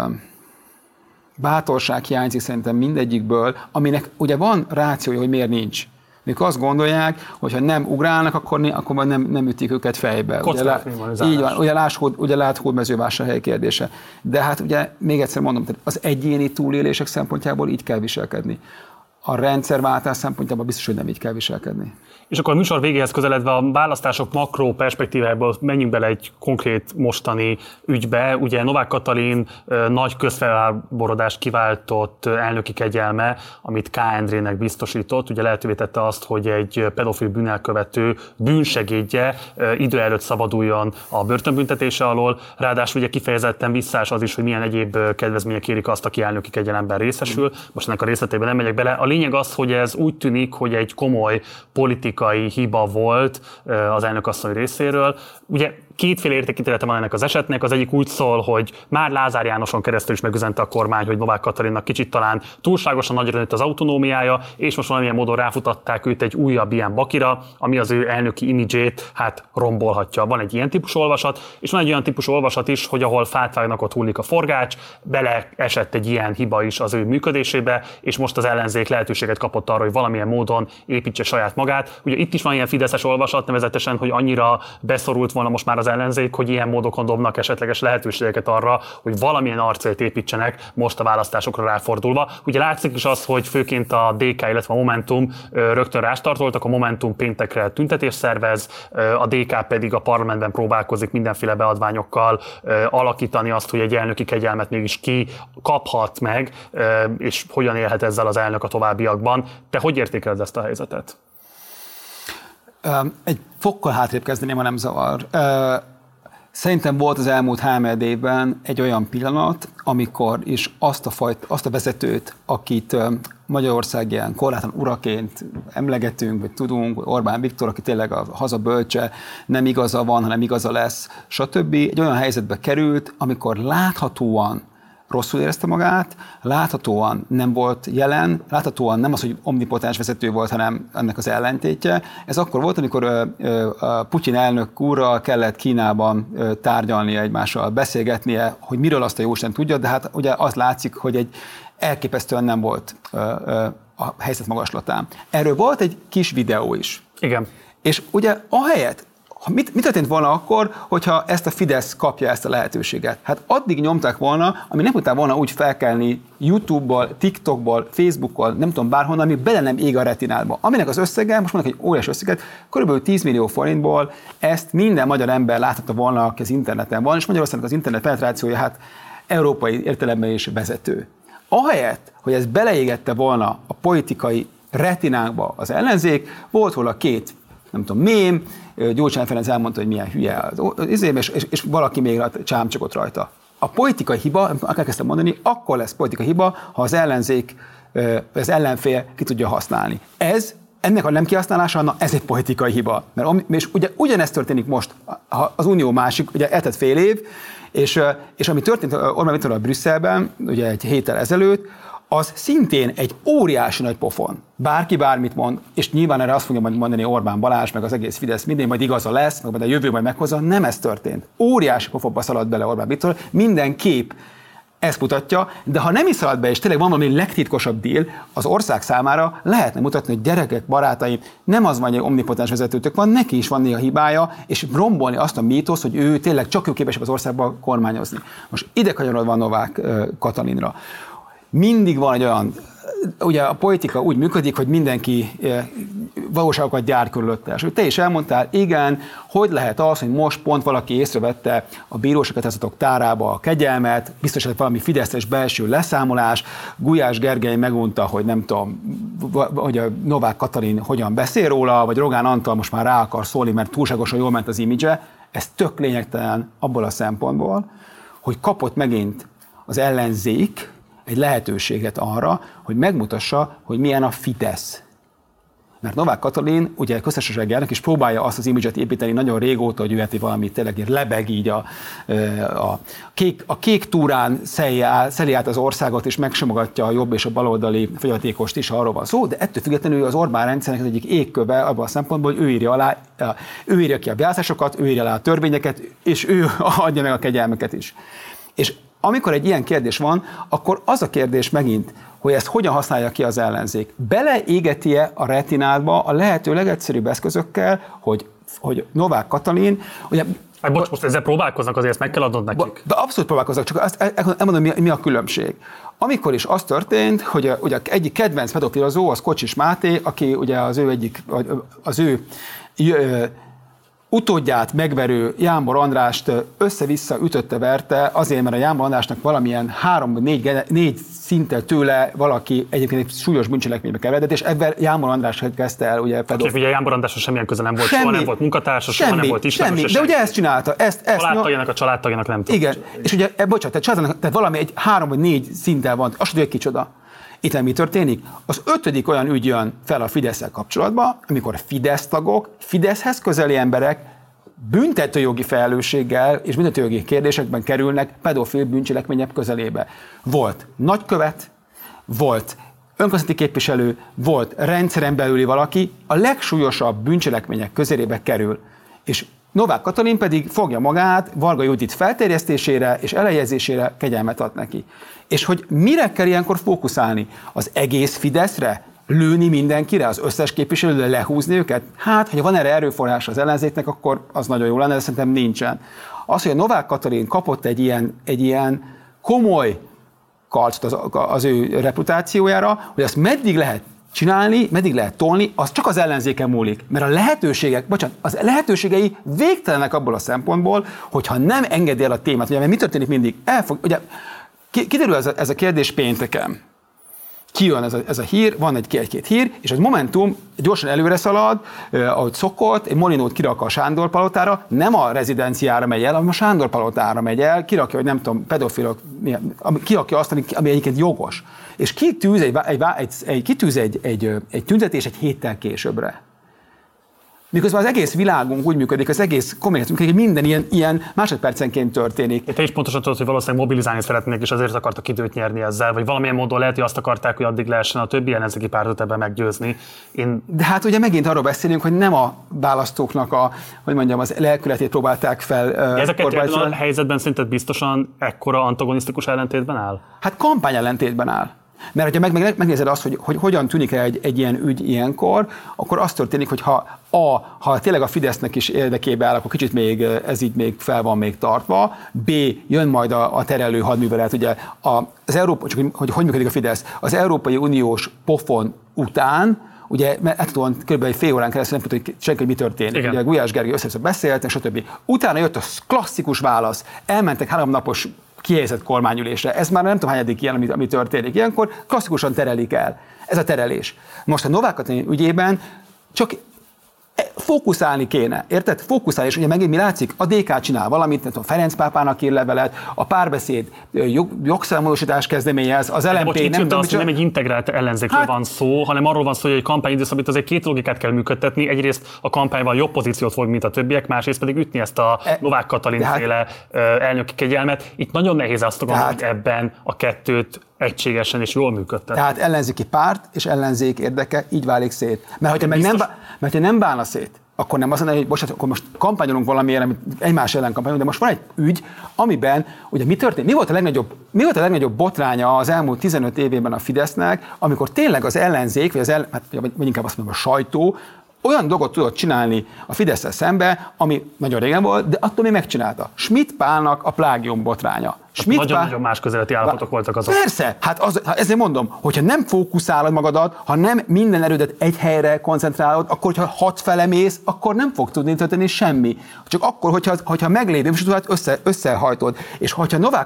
bátorság hiányzik szerintem mindegyikből, aminek ugye van rációja, hogy miért nincs. Mikor azt gondolják, hogy ha nem ugrálnak, akkor nem ütik őket fejbe. Így van, ugye lát Hódmezővásárhely kérdése. De hát ugye még egyszer mondom, az egyéni túlélések szempontjából így kell viselkedni. a rendszerváltás szempontjából biztos, hogy nem így kell viselkedni. És akkor a műsor végéhez közeledve a választások makró perspektívából menjünk bele egy konkrét mostani ügybe. Ugye Novák Katalin nagy közfelháborodást kiváltott elnöki kegyelme, amit K. Endrének biztosított, ugye lehetővé tette azt, hogy egy pedofil bűnelkövető bűnsegédje idő előtt szabaduljon a börtönbüntetése alól. Ráadásul ugye kifejezetten visszás az is, hogy milyen egyéb kedvezmények érik azt, aki elnöki kegyelemben részesül. Most ennek a részleteiben nem megyek bele. A lényeg az, hogy ez úgy tűnik, hogy egy komoly politikai hiba volt az elnökasszony részéről. Ugye kétféle értékítélete van ennek az esetnek. Az egyik úgy szól, hogy már Lázár Jánoson keresztül is megüzente a kormány, hogy Novák Katalinnak kicsit talán túlságosan nagyra nőtt az autonómiája, és most valamilyen módon ráfutatták őt egy újabb ilyen bakira, ami az ő elnöki imidzsét rombolhatja. Van egy ilyen típusú olvasat, és van egy olyan típusú olvasat is, hogy ahol fát vágnak, ott hullik a forgács, beleesett egy ilyen hiba is az ő működésébe, és most az ellenzék lehetőséget kapott arra, hogy valamilyen módon építse saját magát. Ugye itt is van ilyen fideszes olvasat, nevezetesen, hogy annyira beszorult volna most már az ellenzék, hogy ilyen módokon dobnak esetleges lehetőségeket arra, hogy valamilyen arcélt építsenek most a választásokra ráfordulva. Ugye látszik is az, hogy főként a DK, illetve a Momentum rögtön rástartoltak, a Momentum péntekre tüntetést szervez, a DK pedig a parlamentben próbálkozik mindenféle beadványokkal alakítani azt, hogy egy elnöki kegyelmet mégis ki kaphat meg, és hogyan élhet ezzel az elnök a továbbiakban. Te hogy értékeled ezt a helyzetet? Egy fokkal hátrébb kezdeném, ha nem zavar. Szerintem volt az elmúlt 3 évben egy olyan pillanat, amikor is azt a vezetőt, akit Magyarország ilyen korlátlan uraként emlegetünk, vagy tudunk, Orbán Viktor, aki tényleg a haza bölcse, nem igaza van, hanem igaza lesz, stb. Egy olyan helyzetbe került, amikor láthatóan rosszul érezte magát, láthatóan nem volt jelen, láthatóan nem az, hogy omnipotens vezető volt, hanem ennek az ellentétje. Ez akkor volt, amikor Putyin elnök úrral kellett Kínában tárgyalnia egymással, beszélgetnie, hogy miről azt a jóisten tudja, de hát ugye az látszik, hogy egy elképesztően nem volt a helyzet magaslatán. Erről volt egy kis videó is. Igen. És ugye ahelyett, mit történt volna akkor, hogyha ezt a Fidesz kapja ezt a lehetőséget? Hát addig nyomták volna, ami nem tudták volna úgy felkelni YouTube-ból, TikTokból, Facebookból, nem tudom bárhonnan, ami bele nem ég a retinálba. Aminek az összege, most mondok egy óriás összeget, kb. 10 millió forintból ezt minden magyar ember láthatta volna, aki az interneten van, és Magyarországnak az internet penetrációja hát európai értelemben is vezető. Ahelyett, hogy ez beleégette volna a politikai retinákba az ellenzék, volt volna 2, nem tudom, mém, Gyurcsány Ferenc elmondta, hogy milyen hülye az és valaki még csámcsogott rajta. A politikai hiba, akár kezdtem mondani, akkor lesz politikai hiba, ha az ellenzék, az ellenfél ki tudja használni. Ennek a nem kihasználása, ez egy politikai hiba. És ugye ugyanezt történik most, az Unió másik, ugye eltelt fél év, és ami történt Orbán Viktorral Brüsszelben, ugye egy héttel ezelőtt, az szintén egy óriási nagy pofon. Bárki bármit mond, és nyilván erre azt fogja majd mondani Orbán Balázs, meg az egész Fidesz, minden majd igaza lesz, meg a jövő majd meghozza, nem ez történt. Óriási pofonba szaladt bele Orbán Viktor, minden kép ezt mutatja, de ha nem is szaladt be, és tényleg van valami legtitkosabb deal, az ország számára lehetne mutatni, hogy gyerekek, barátaim, nem az van, hogy omnipotens vezetőtök van, neki is van néha hibája, és rombolni azt a mítosz, hogy ő tényleg csak ő képes az országban kormányozni. Most ide kanyarodva Novák Katalinra. Mindig van egy olyan, ugye a politika úgy működik, hogy mindenki valóságokat gyár körülötte. És te is elmondtál, igen, hogy lehet az, hogy most pont valaki észrevette a bírósághatározatok tárába a kegyelmet, biztos, hogy valami fideszes belső leszámolás, Gulyás Gergely megunta, hogy nem tudom, hogy a Novák Katalin hogyan beszél róla, vagy Rogán Antal most már rá akar szólni, mert túlságosan jól ment az imidzse. Ez tök lényegtelen abból a szempontból, hogy kapott megint az ellenzék egy lehetőséget arra, hogy megmutassa, hogy milyen a Fidesz. Mert Novák Katalin, ugye köztársasági elnök is próbálja azt az imidzset építeni nagyon régóta, hogy ő valami tényleg lebeg így a kék túrán szeli át az országot, és megsimogatja a jobb és a baloldali fogyatékost is, ha arról van szó, de ettől függetlenül az Orbán rendszernek az egyik égköve abban a szempontból, hogy ő írja ki a választásokat, ő írja alá a törvényeket, és ő adja meg a kegyelmeket is. És amikor egy ilyen kérdés van, akkor az a kérdés megint, hogy ezt hogyan használja ki az ellenzék. Beleégeti-e a retinádba a lehető legegyszerűbb eszközökkel, hogy Novák Katalin, ugye Bocs, most ezzel próbálkoznak, azért ezt meg kell adnod nekik. De abszolút próbálkoznak, csak azt elmondom, mi a különbség. Amikor is az történt, hogy ugye egyik kedvenc pedofilozó, az Kocsis Máté, aki ugye az ő utódját megverő Jámbor Andrást össze-vissza ütötte-verte, azért, mert a Jámbor Andrásnak valamilyen 3-4 szinttel tőle valaki egyébként egy súlyos bűncselekménybe keveredett, és ebben Jámbor András kezdte el ugye pedofil. Ugye Jámbor Andrásra semmilyen köze nem volt, soha nem volt munkatársa, soha nem volt ismerőse. De ugye ezt csinálta. A családtagjának nem tudott. Igen, és ugye, tehát valami egy 3 vagy 4 szinttel van, azt tudja, kicsoda. Itt mi történik? Az 5. olyan ügy jön fel a Fidesz-szel kapcsolatban, amikor Fidesz tagok, Fideszhez közeli emberek büntetőjogi felelősséggel és büntetőjogi kérdésekben kerülnek pedofil bűncselekmények közelébe. Volt nagykövet, volt önkormányzati képviselő, volt rendszeren belüli valaki, a legsúlyosabb bűncselekmények közelébe kerül. És Novák Katalin pedig fogja magát Varga Judit felterjesztésére és elhelyezésére, kegyelmet ad neki. És hogy mire kell ilyenkor fókuszálni? Az egész Fideszre? Lőni mindenkire? Az összes képviselőre lehúzni őket? Hát, ha van erre erőforrás az ellenzéknek, akkor az nagyon jó lenne, de szerintem nincsen. Az, hogy a Novák Katalin kapott egy ilyen komoly karcot az ő reputációjára, hogy azt meddig lehet csinálni, meddig lehet tolni, az csak az ellenzéken múlik. Mert az lehetőségei végtelenek abból a szempontból, hogyha nem engedi el a témát. Ugye, mert mi történik mindig? Kiderül ez a kérdés pénteken. Kijön ez a hír, van egy-két hír, és az Momentum gyorsan előre szalad, ahogy szokott, egy molinót kirak a Sándor Palotára, nem a rezidenciára megy el, hanem a Sándor Palotára megy el, kirakja, hogy nem tudom, pedofilok, kirakja azt, ami egyébként jogos. És kitűz egy tüntetés egy héttel későbbre. Miközben az egész világunk úgy működik, az egész kommunikáció, hogy minden ilyen másodpercenként történik. Te is pontosan tudod, hogy valószínűleg mobilizálni szeretnék, és azért akartak időt nyerni ezzel, vagy valamilyen módon lehet, hogy azt akarták, hogy addig lehessen a többi ellenzéki pártot ebben meggyőzni. De hát ugye megint arról beszélünk, hogy nem a választóknak az lelkületét próbálták fel. Ezeket a helyzetben szerinted biztosan ekkora antagonisztikus ellentétben áll? Hát kampány ellentétben áll. Mert ha megnézed azt, hogy hogyan tűnik el egy ilyen ügy ilyenkor, akkor az történik, hogy ha tényleg a Fidesznek is érdekébe áll, akkor kicsit még ez így még fel van még tartva, B. jön majd a terelő hadművelet, ugye az Európa, csak hogy működik a Fidesz, az Európai Uniós pofon után, ugye, mert kb. Egy fél órán keresztül nem tudta, hogy senki mi történik. Igen. Ugye Gulyás Gergely össze beszéltek, stb. Utána jött a klasszikus válasz, elmentek 3 napos kihelyezett kormányülésre. Ez már nem tudom hányadik ilyen, ami történik. Ilyenkor klasszikusan terelik el. Ez a terelés. Most a Novák Katalin ügyében csak fókuszálni kéne, érted? Fókuszálni, és ugye megint mi látszik? A DK csinál valamit, nem tudom, Ferenc pápának ír levelet, a Párbeszéd jogszabálymódosítás kezdeményez, az LMP nem tudom, nem egy integrált ellenzékről van szó, hanem arról van szó, hogy egy kampányidőszakban azért 2 logikát kell működtetni. Egyrészt a kampányban jobb pozíciót fog, mint a többiek, másrészt pedig ütni ezt a Novák Katalin-féle elnöki kegyelmet. Itt nagyon nehéz azt gondolni, hogy ebben a kettőt egységesen és jól működtet. Tehát ellenzéki párt és ellenzék érdeke így válik szét. Mert ha nem válna szét, akkor nem azt mondani, hogy bocsánat, akkor most kampányolunk valamiért, amit egymás ellen kampányolunk, de most van egy ügy, amiben ugye mi történt? Mi volt a legnagyobb botránya az elmúlt 15 évében a Fidesznek, amikor tényleg az ellenzék, vagy inkább azt mondom, a sajtó, olyan dolgot tudott csinálni a Fidesz-szel szembe, ami nagyon régen volt, de attól még megcsinálta. Schmidt Pálnak a plágium botránya. Nagyon más közeleti állapotok voltak azok. Persze, ezért mondom, hogyha nem fókuszálod magadat, ha nem minden erődet egy helyre koncentrálod, akkor, hogyha 6 fele mész, akkor nem fog tudni történni semmi. Csak akkor, hogyha meglévő műsorát összehajtod. És hogyha Novák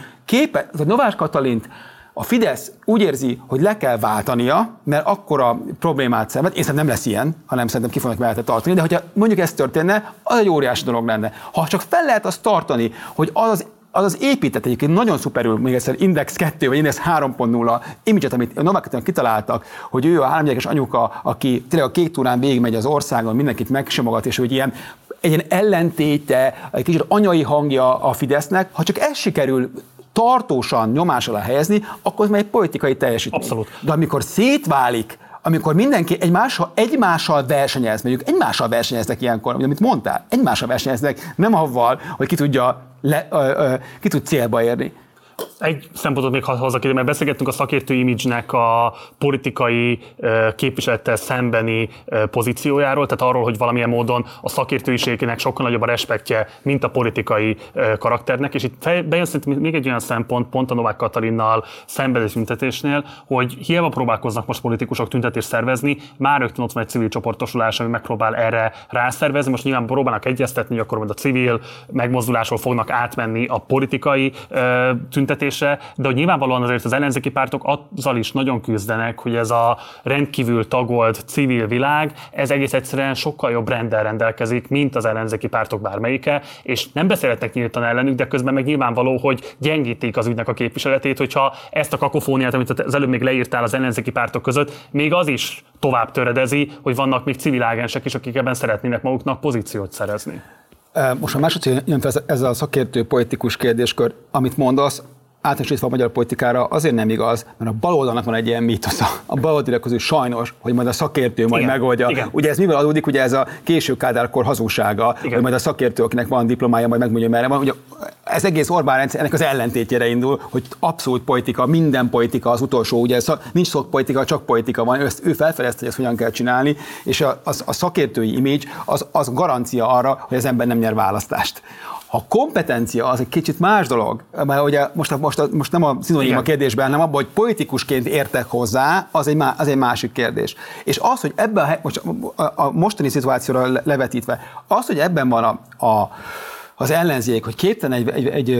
Katalint a Fidesz úgy érzi, hogy le kell váltania, mert akkora problémát szenved, én szerintem nem lesz ilyen, hanem szerintem ki fognak mellette tartani, de hogyha mondjuk ez történne, az egy óriási dolog lenne. Ha csak fel lehet azt tartani, hogy az épített egyébként nagyon szuperül, még egyszer Index 2 vagy Index 3.0 image-et, amit Novák Katalin kitaláltak, hogy ő a 3 gyerekes anyuka, aki tényleg a kék túrán végigmegy az országon, mindenkit megsimogat, és hogy egy ilyen ellentéte, egy kicsit anyai hangja a Fidesznek, ha csak ez sikerül tartósan nyomás alá helyezni, akkor ez már egy politikai teljesítmény. Abszolút. De amikor szétválik, amikor mindenki egymással versenyez, mondjuk egymással versenyeznek ilyenkor, amit mondtál, egymással versenyeznek, nem avval, hogy ki tud célba érni. Egy szempontot még hozzak ide, mert beszélgettünk a szakértő image-nek a politikai képviselettel szembeni pozíciójáról, tehát arról, hogy valamilyen módon a szakértőiségnek sokkal nagyobb a respektje, mint a politikai karakternek, és itt bejön szerintem még egy olyan szempont, pont a Novák Katalinnal szembeni tüntetésnél, hogy hiába próbálkoznak most politikusok tüntetést szervezni, már rögtön ott van egy civil csoportosulás, ami megpróbál erre rászervezni. Most nyilván próbálnak egyeztetni, hogy akkor majd a civil megmozdulásról fognak átmenni a politikai tüntetésre, de hogy nyilvánvalóan azért az ellenzéki pártok azzal is nagyon küzdenek, hogy ez a rendkívül tagolt civil világ, ez egész egyszerűen sokkal jobb renddel rendelkezik, mint az ellenzéki pártok bármelyike, és nem beszélhetnek nyíltan ellenük, de közben meg nyilvánvaló, hogy gyengítik az ügynek a képviseletét, hogyha ezt a kakofóniát, amit az előbb még leírtál az ellenzéki pártok között, még az is tovább töredezi, hogy vannak még civil ágensek is, akik ebben szeretnének maguknak pozíciót szerezni. Most a másodszor jön fel ez a szakértő politikus kérdéskör, amit mondasz, általánosítva a magyar politikára azért nem igaz, mert a baloldalnak van egy ilyen mítosza, a baloldalak közül sajnos, hogy majd a szakértő majd megoldja. Igen. Ugye ez mivel adódik, ugye ez a késő Kádárkor hazugsága, hogy majd a szakértő, akinek van diplomája, majd megmondja, merre van. Ugye ez egész Orbán rendszer ennek az ellentétjére indul, hogy abszolút politika, minden politika az utolsó, ugye nincs szakpolitika, csak politika van, ő felfedezte, hogy ezt hogyan kell csinálni, és a szakértői image az garancia arra, hogy az ember nem nyer választást. A kompetencia az egy kicsit más dolog, mert ugye most nem a szinonima kérdésben, hanem abban, hogy politikusként értek hozzá, az egy másik kérdés. És az, hogy ebben a mostani szituációra levetítve, az, hogy ebben van az ellenzék, hogy képtelen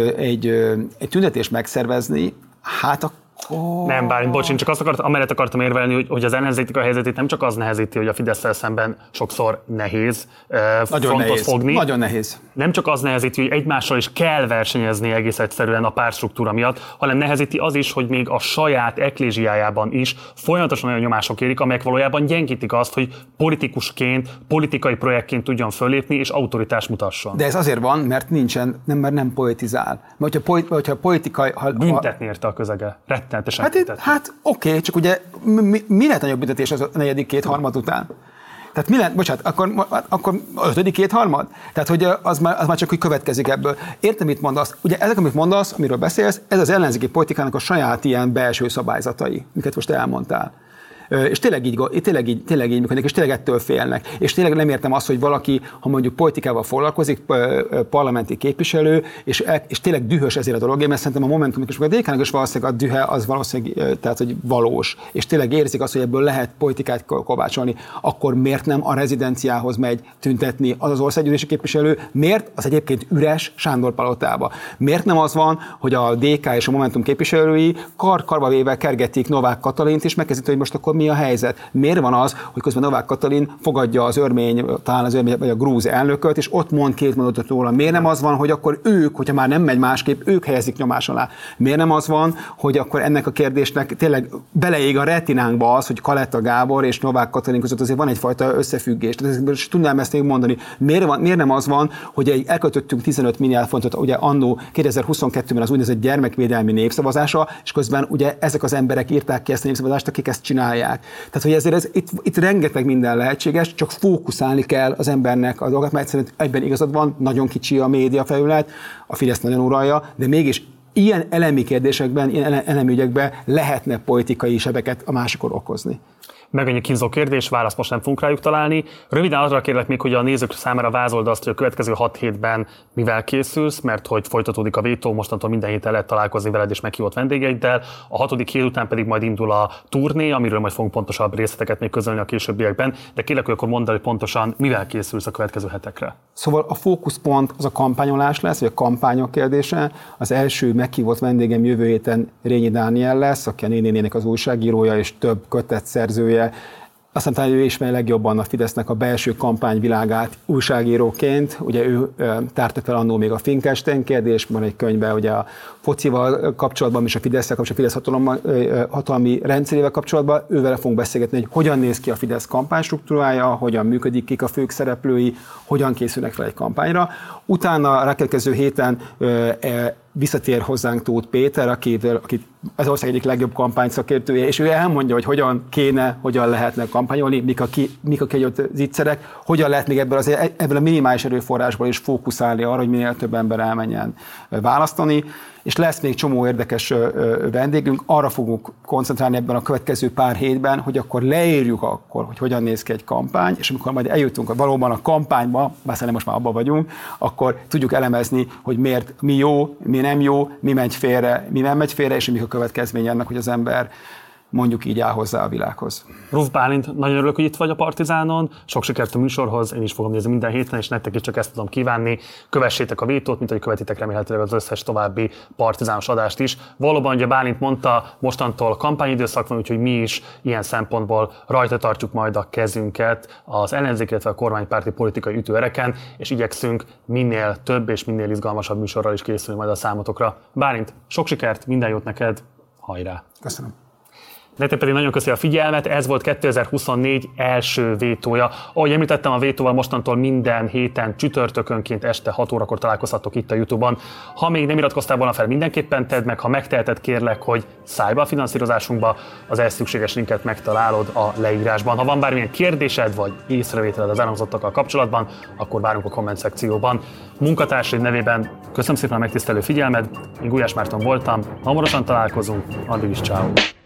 egy tüntetést megszervezni, hát Nem, Bálint, bocs, én csak amellett akartam érvelni, hogy az ellenzéknek a helyzetét nem csak az nehezíti, hogy a Fidesszel szemben sokszor nehéz frontot fogni. Nagyon nehéz. Nem csak az nehezíti, hogy egymással is kell versenyezni egész egyszerűen a pártstruktúra miatt, hanem nehezíti az is, hogy még a saját eklézsiájában is folyamatosan olyan nyomások érik, amelyek valójában gyengítik azt, hogy politikusként, politikai projektként tudjon fölépni és autoritást mutasson. De ez azért van, mert mert nem politizál. Mert hogyha politikai... Büntetni érte a közege. Hát oké, csak ugye mi lehet nagyobb büntetés az a negyedik kétharmad után? Tehát mi lehet, bocsánat, akkor ötödik kétharmad? Tehát, hogy az már csak úgy következik ebből. Értem, mit mondasz? Ugye ezek, amit mondasz, amiről beszélsz, ez az ellenzéki politikának a saját ilyen belső szabályzatai, amiket most elmondtál. És tényleg így működnek, és tényleg ettől félnek. És tényleg nem értem azt, hogy valaki, ha mondjuk politikával foglalkozik, parlamenti képviselő, és tényleg dühös ezért a dologért, mert szerintem a Momentumnak és a DK-nak is valószínűleg a dühe az valószínűleg, tehát, hogy valós. És tényleg érzik azt, hogy ebből lehet politikát kovácsolni, akkor miért nem a rezidenciához megy tüntetni az országgyűlési képviselő? Miért az egyébként üres Sándor palotába? Miért nem az van, hogy a DK és a Momentum képviselői karba véve kergetik Novák Katalint, és megkezdik, hogy most akkor mi a helyzet? Miért van az, hogy közben Novák Katalin fogadja az örmény vagy a grúz elnököt, és ott mond két mondatot róla? Miért nem az van, hogy akkor ők, hogyha már nem megy másképp, ők helyezik nyomás alá? Miért nem az van, hogy akkor ennek a kérdésnek tényleg beleég a retinánkba az, hogy Kaletta Gábor és Novák Katalin között azért van egyfajta összefüggés? És tudnám ezt még mondani. Miért nem az van, hogy elköltöttünk 15 milliárd fontot ugye annó 2022-ben az úgynevezett gyermekvédelmi népszavazásra, és közben ugye ezek az emberek írták ki ezt a népszavazást, akik ezt csinálják. Tehát, hogy ezért itt rengeteg minden lehetséges, csak fókuszálni kell az embernek a dolgokat, mert egyszerűen egyben igazad van, nagyon kicsi a média felület, a Fidesz nagyon uralja, de mégis ilyen elemi kérdésekben, ilyen elemi ügyekben lehetne politikai sebeket a másikor okozni. Megint egy kínzó kérdés, választ most nem fogunk rájuk találni. Röviden arra kérlek még, hogy a nézők számára vázold azt, hogy a következő 6 hétben mivel készülsz, mert hogy folytatódik a vétó, mostantól minden héten lehet találkozni veled és meghívott vendégeiddel. A 6. hét után pedig majd indul a turné, amiről majd fogunk pontosabb részleteket még közölni a későbbiekben, de kérlek, hogy akkor mondd el, hogy pontosan mivel készülsz a következő hetekre. Szóval a fókuszpont az a kampányolás lesz, vagy a kampányok kérdése. Az első meghívott vendégem jövő héten Rényi Dániel lesz, aki a Nénénének az újságírója és több kötet szerzője. Aztán talán ő ismeri legjobban a Fidesznek a belső kampányvilágát újságíróként. Ugye ő tárta fel annó még a Finkelstein kérdést, van egy könyvben ugye a focival kapcsolatban, és a Fidesz-szel kapcsolatban, a Fidesz hatalmi rendszerével kapcsolatban. Ővele fogunk beszélgetni, hogy hogyan néz ki a Fidesz kampánystruktúrája, hogyan működik, kik a fők szereplői, hogyan készülnek fel egy kampányra. Utána a rákövetkező héten visszatér hozzánk Tóth Péter, aki az ország egyik legjobb kampányszakértője, és ő elmondja, hogy hogyan lehetne kampányolni, mik a kiadott zicserek, hogyan lehet még ebből a minimális erőforrásból is fókuszálni arra, hogy minél több ember elmenjen választani. és lesz még csomó érdekes vendégünk, arra fogunk koncentrálni ebben a következő pár hétben, hogy akkor leírjuk akkor, hogy hogyan néz ki egy kampány, és amikor majd eljutunk valóban a kampányba, bár szerintem most már abban vagyunk, akkor tudjuk elemezni, hogy miért, mi jó, mi nem jó, mi megy félre, mi nem megy félre, és mik a következménye ennek, hogy az ember mondjuk így áll hozzá a világhoz. Ruf Bálint, nagyon örülök, hogy itt vagy a Partizánon, sok sikert a műsorhoz, én is fogom nézni minden héten, és nektek is csak ezt tudom kívánni. Kövessétek a vétót, mint ahogy követitek remélhetőleg az összes további partizános adást is. Valóban, ugye Bálint mondta, mostantól kampányidőszak van, úgyhogy mi is ilyen szempontból rajta tartjuk majd a kezünket az ellenzék, illetve a kormánypárti politikai ütőereken, és igyekszünk minél több és minél izgalmasabb műsorral is készülni majd a számotokra. Bálint, sok sikert, minden jót neked, hajrá! Köszönöm. Nektek pedig nagyon köszönöm a figyelmet, ez volt 2024 első vétója. Ahogy említettem, a vétóval mostantól minden héten csütörtökönként este 6 órakor találkozhatok itt a YouTube-on. Ha még nem iratkoztál volna fel, mindenképpen tedd meg, ha megteheted, kérlek, hogy szállj be a finanszírozásunkba, az ehhez szükséges linket megtalálod a leírásban. Ha van bármilyen kérdésed vagy észrevételed az elhangzottakkal kapcsolatban, akkor várunk a komment szekcióban. Munkatársaid nevében köszönöm szépen a megtisztelő figyelmed, én Gulyás Márton voltam, hamarosan találkozunk, addig is ciao.